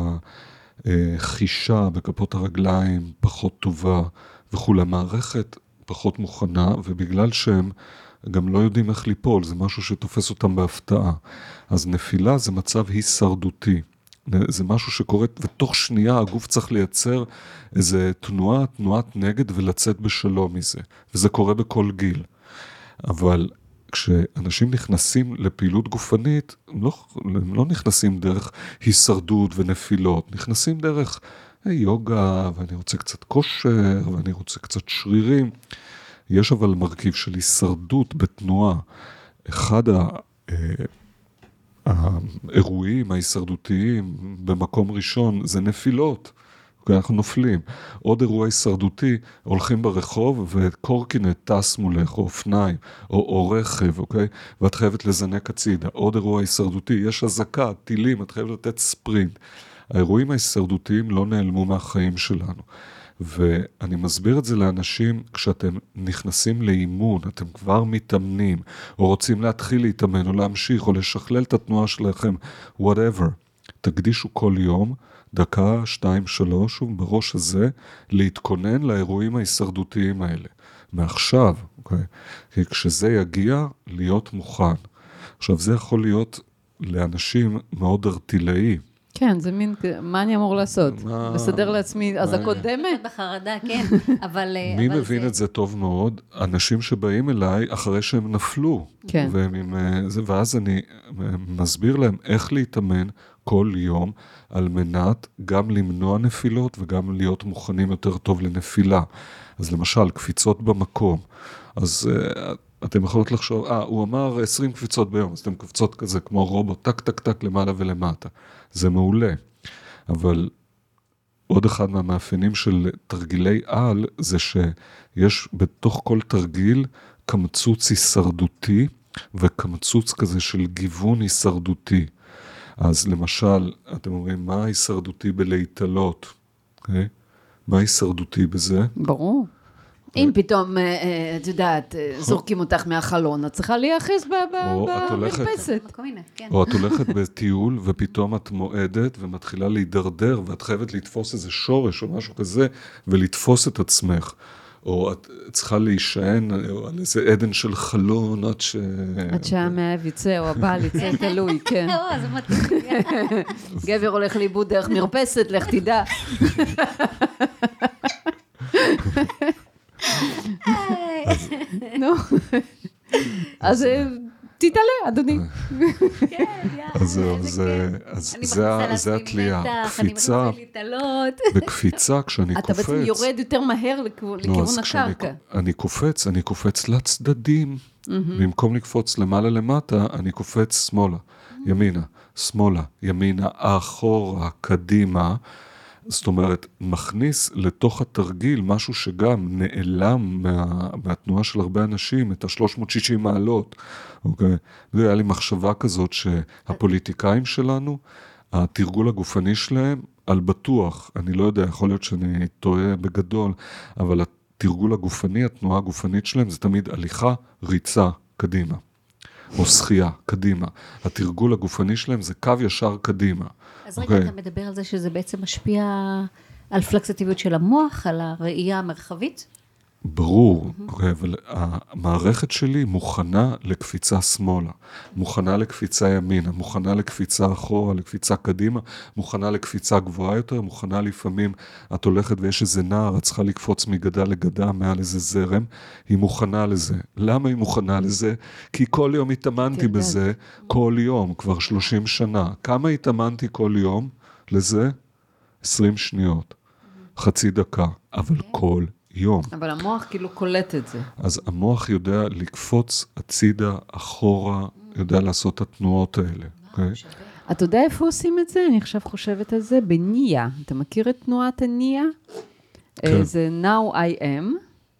החישה בכפות הרגליים פחות טובה, וכולי, המערכת פחות מוכנה, ובגלל שהם גם לא יודעים איך ליפול, זה משהו שתופס אותם בהפתעה. אז נפילה זה מצב הישרדותי. זה משהו שקורה, ותוך שנייה הגוף צריך לייצר איזה תנועת נגד ולצאת בשלום מזה. וזה קורה בכל גיל. אבל כשאנשים נכנסים לפעילות גופנית, הם לא נכנסים דרך הישרדות ונפילות, נכנסים דרך יוגה, ואני רוצה קצת כושר, ואני רוצה קצת שרירים. יש אבל מרכיב של הישרדות בתנועה. אחד האירועים ההישרדותיים במקום ראשון זה נפילות, אנחנו נופלים. עוד אירוע הישרדותי, הולכים ברחוב וקורקינט טס מולך, או אופניים, או רכב, אוקיי? ואת חייבת לזנק הצידה. עוד אירוע הישרדותי, יש הזקה, טילים, את חייבת לתת ספרינט. האירועים ההישרדותיים לא נעלמו מהחיים שלנו. ואני מסביר את זה לאנשים, כשאתם נכנסים לאימון, אתם כבר מתאמנים, או רוצים להתחיל להתאמן, או להמשיך, או לשכלל את התנועה שלכם, whatever. תקדישו כל יום, דקה, 2, 3, ובראש הזה, להתכונן לאירועים ההישרדותיים האלה. מעכשיו, אוקיי? כי כשזה יגיע, להיות מוכן. עכשיו, זה יכול להיות לאנשים מאוד ארטילאי. כן, זה מין, מה אני אמור לעשות? לסדר לעצמי, אז הקודמת? בחרדה, כן, אבל... מי מבין את זה טוב מאוד? אנשים שבאים אליי אחרי שהם נפלו. כן. ואז אני מסביר להם איך להתאמן כל יום, על מנת גם למנוע נפילות וגם להיות מוכנים יותר טוב לנפילה. אז למשל, קפיצות במקום. אז אתם יכולות לחשוב, הוא אמר 20 קפיצות ביום, אז אתם קפיצות כזה כמו רובוט, טק טק טק למעלה ולמטה. זה מעולה. אבל עוד אחד מהמאפיינים של תרגילי על, זה שיש בתוך כל תרגיל קמצוץ הישרדותי, וקמצוץ כזה של גיוון הישרדותי. אז למשל, אתם אומרים, מה הישרדותי בלהתעלות? Okay? מה הישרדותי בזה? ברור. אם פתאום, את יודעת, זורקים אותך מהחלון, את צריכה להיאחז במרפסת. או את הולכת בטיול, ופתאום את מועדת ומתחילה להידרדר, ואת חייבת לתפוס איזה שורש או משהו כזה, ולתפוס את עצמך. או את צריכה להישען על איזה עדן של חלון, עד שהמאהב יצא, או הבעל יצא, תלוי, כן. זה מתחיל. גבר הולך לאיבוד דרך מרפסת, לך תדע. אז תתעלה, אדוני. אז זה התלייה. קפיצה, בקפיצה כשאני קופץ. אתה בעצם יורד יותר מהר לכיוון הקרקע. אני קופץ לצדדים. במקום לקפוץ למעלה למטה, אני קופץ שמאלה, ימינה, שמאלה, ימינה, אחורה, קדימה. זאת אומרת, מכניס לתוך התרגיל משהו שגם נעלם מהתנועה של הרבה אנשים, את ה-360 מעלות. אוקיי? זה היה לי מחשבה כזאת שהפוליטיקאים שלנו, התרגול הגופני שלהם, על בטוח, אני לא יודע, יכול להיות שאני טועה בגדול, אבל התרגול הגופני, התנועה הגופנית שלהם, זה תמיד הליכה, ריצה, קדימה. או שחייה, קדימה. התרגול הגופני שלהם זה קו ישר קדימה. אז רגע, אתה מדבר על זה שזה בעצם משפיע על פלקסטיביות של המוח, על הראייה המרחבית? ברור, אבל המערכת שלי מוכנה לקפיצה שמאלה, מוכנה לקפיצה ימינה, מוכנה לקפיצה אחורה, לקפיצה קדימה, מוכנה לקפיצה גבוהה יותר, מוכנה לפעמים, את הולכת ויש איזה נער, את צריכה לקפוץ מגדה לגדה מעל איזה זרם, היא מוכנה לזה. למה היא מוכנה לזה? כי כל יום התאמנתי בזה, כל יום, כבר 30 שנה. כמה התאמנתי כל יום לזה? 20 שניות, חצי דקה, אבל כל יום. אבל המוח כאילו קולט את זה. אז המוח יודע לקפוץ הצידה, אחורה, יודע לעשות את התנועות האלה. אתה יודע איפה עושים את זה? אני עכשיו חושבת על זה, בניה. אתה מכיר את תנועת הניה? כן. זה Now I am.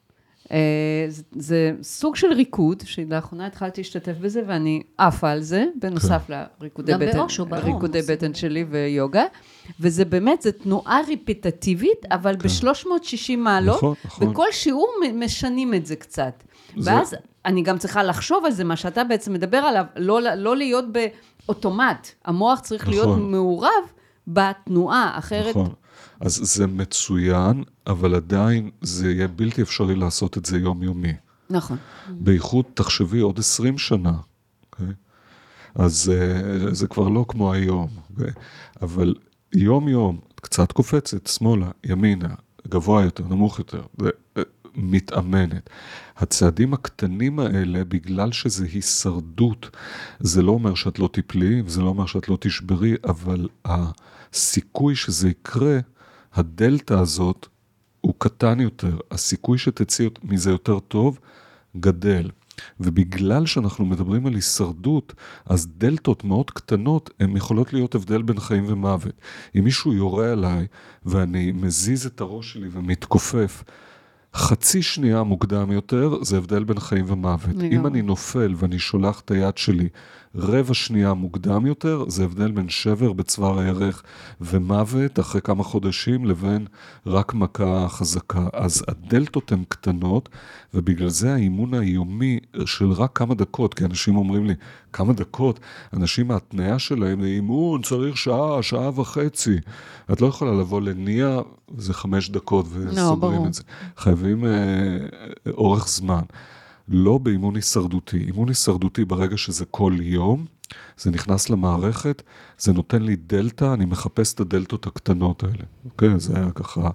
זה סוג של ריקוד, שלאחרונה התחלתי להשתתף בזה, ואני עפה על זה, בנוסף לריקודי בטן שלי ויוגה, וזה באמת, זה תנועה ריפיטטיבית, אבל ב-360 מעלות, בכל שיעור משנים את זה קצת. ואז אני גם צריכה לחשוב על זה, מה שאתה בעצם מדבר עליו, לא להיות באוטומט, המוח צריך להיות מעורב בתנועה, אחרת... אז זה מצוין, אבל עדיין זה יהיה בלתי אפשרי לעשות את זה יומיומי. נכון. בייחוד תחשבי עוד 20 שנה. Okay? אז זה כבר לא כמו היום. Okay? אבל יום, קצת קופצת, שמאלה, ימינה, גבוה יותר, נמוך יותר, מתאמנת. הצעדים הקטנים האלה, בגלל שזה הישרדות, זה לא אומר שאת לא תיפלי, וזה לא אומר שאת לא תשברי, אבל הסיכוי שזה יקרה, הדלטה הזאת הוא קטן יותר, הסיכוי שתציא מזה יותר טוב גדל, ובגלל שאנחנו מדברים על הישרדות, אז דלתות מאוד קטנות, הן יכולות להיות הבדל בין חיים ומוות. אם מישהו יורה עליי, ואני מזיז את הראש שלי ומתכופף, חצי שנייה מוקדם יותר, זה הבדל בין חיים ומוות. אם אני נופל ואני שולח את היד שלי רבע שנייה מוקדם יותר, זה הבדל בין שבר בצוואר הירך ומוות אחרי כמה חודשים, לבין רק מכה חזקה. אז הדלתות הן קטנות, ובגלל זה האימון היומי של רק כמה דקות, כי אנשים אומרים לי, כמה דקות? אנשים מהתניה שלהם, אימון צריך שעה, שעה וחצי. את לא יכולה לבוא לניה, זה 5 דקות וסוגרים את זה. חייבים אורך זמן. לא באימון הישרדותי. אימון הישרדותי ברגע שזה כל יום, זה נכנס למערכת, זה נותן לי דלטה, אני מחפש את הדלתות הקטנות האלה. אוקיי? זה היה ככה,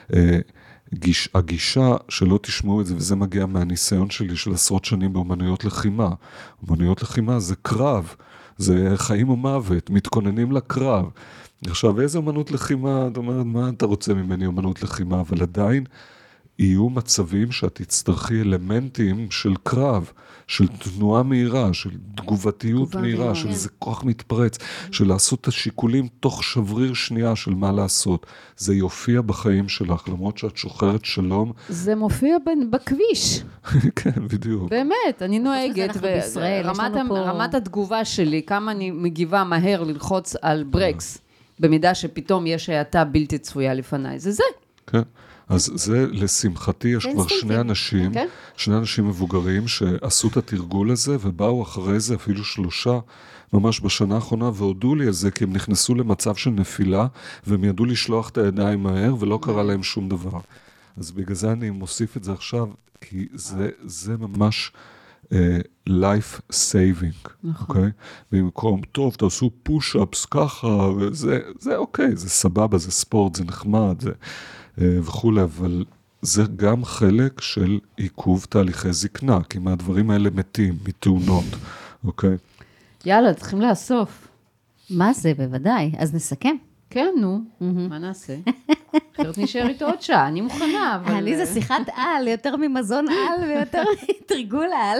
הגישה שלא תשמעו את זה, וזה מגיע מהניסיון שלי של עשרות שנים באומנויות לחימה. אומנויות לחימה זה קרב, זה חיים או מוות, מתכוננים לקרב. עכשיו, איזה אומנות לחימה? זאת אומרת, מה אתה רוצה ממני אומנות לחימה? אבל עדיין, יהיו מצבים שאת תצטרכי אלמנטים של קרב, של תנועה מהירה, של תגובתיות מהירה, של איזה כוח מתפרץ, של לעשות את השיקולים תוך שבריר שנייה של מה לעשות. זה יופיע בחיים שלך, למרות שאת שוחרת שלום. זה מופיע בכביש. כן, בדיוק. באמת, אני נוהגת, ורמת התגובה שלי, כמה אני מגיבה מהר ללחוץ על ברקס, במידה שפתאום יש האטה בלתי צפויה לפניי. זה זה. כן. אז זה, לשמחתי, יש כבר שני אנשים מבוגרים שעשו את התרגול הזה, ובאו אחרי זה אפילו 3, ממש בשנה האחרונה, והודו לי על זה, כי הם נכנסו למצב של נפילה, והם ידעו לשלוח את הידיים מהר, ולא קרה להם שום דבר. אז בגלל זה אני מוסיף את זה עכשיו, כי זה ממש life saving, אוקיי? במקום, טוב, תעשו push-ups ככה, וזה אוקיי, זה סבבה, זה ספורט, זה נחמד, זה וכו', אבל זה גם חלק של עיכוב תהליכי זקנה, כי מהדברים האלה מתים, מתאונות, אוקיי? יאללה, צריכים לאסוף. מה זה? בוודאי. אז נסכם. כן, נו, מה נעשה? אחרת נשאר איתו עוד שעה, אני מוכנה, אבל... אני זה שיחת על, יותר ממזון על ויותר תרגול על.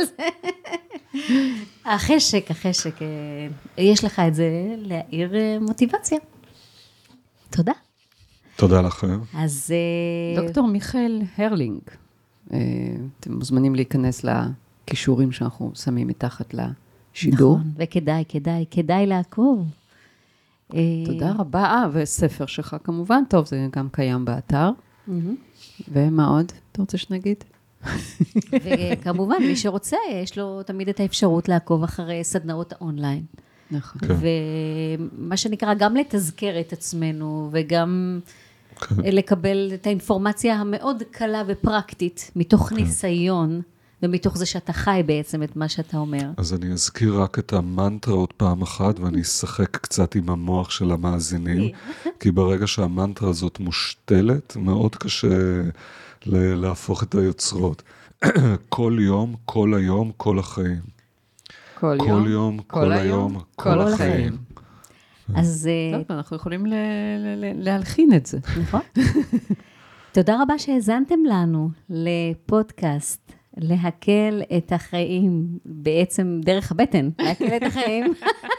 החשק, יש לך את זה להעיר מוטיבציה. תודה. תודה לכם. אז... דוקטור מיכאל הרלינג, אתם מוזמנים להיכנס לקישורים שאנחנו שמים מתחת לשידור. נכון, וכדאי לעקוב. תודה רבה, וספר שלך כמובן, טוב, זה גם קיים באתר. ומה עוד? אתה רוצה שנגיד? וכמובן, מי שרוצה, יש לו תמיד את האפשרות לעקוב אחרי סדנאות האונליין. נכון. ומה שנקרא, גם לתזכר את עצמנו, וגם לקבל את האינפורמציה המאוד קלה ופרקטית, מתוך ניסיון, ומתוך זה שאתה חי בעצם את מה שאתה אומר. אז אני אזכיר רק את המנטרה עוד פעם אחת, ואני אשחק קצת עם המוח של המאזינים, כי ברגע שהמנטרה הזאת מושתלת, מאוד קשה להפוך את היוצרות. כל יום, כל היום, כל החיים. כל יום, כל היום, כל החיים. אז... טוב, אנחנו יכולים להלחין את זה. נכון. תודה רבה שהזנתם לנו לפודקאסט, להקל את החיים, בעצם דרך הבטן, להקל את החיים.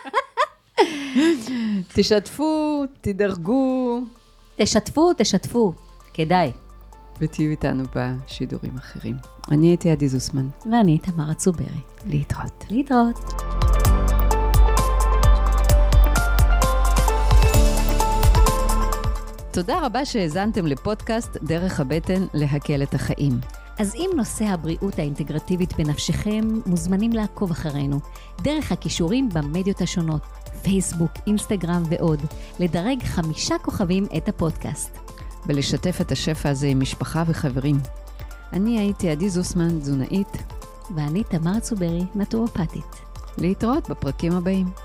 תשתפו, תדרגו. תשתפו, כדאי. ותהיו איתנו בשידורים אחרים. אני הייתי עדי זוסמן. ואני תמר צוברי. להתראות. תודה רבה שהזנתם לפודקאסט דרך הבטן להקל את החיים. אז אם נושא הבריאות האינטגרטיבית בנפשכם, מוזמנים לעקוב אחרינו, דרך הכישורים במדיות השונות, פייסבוק, אינסטגרם ועוד, לדרג 5 כוכבים את הפודקאסט. ולשתף את השפע הזה עם משפחה וחברים. אני הייתי עדי זוסמן, תזונאית. ואני תמר צוברי, נטורופטית. להתראות בפרקים הבאים.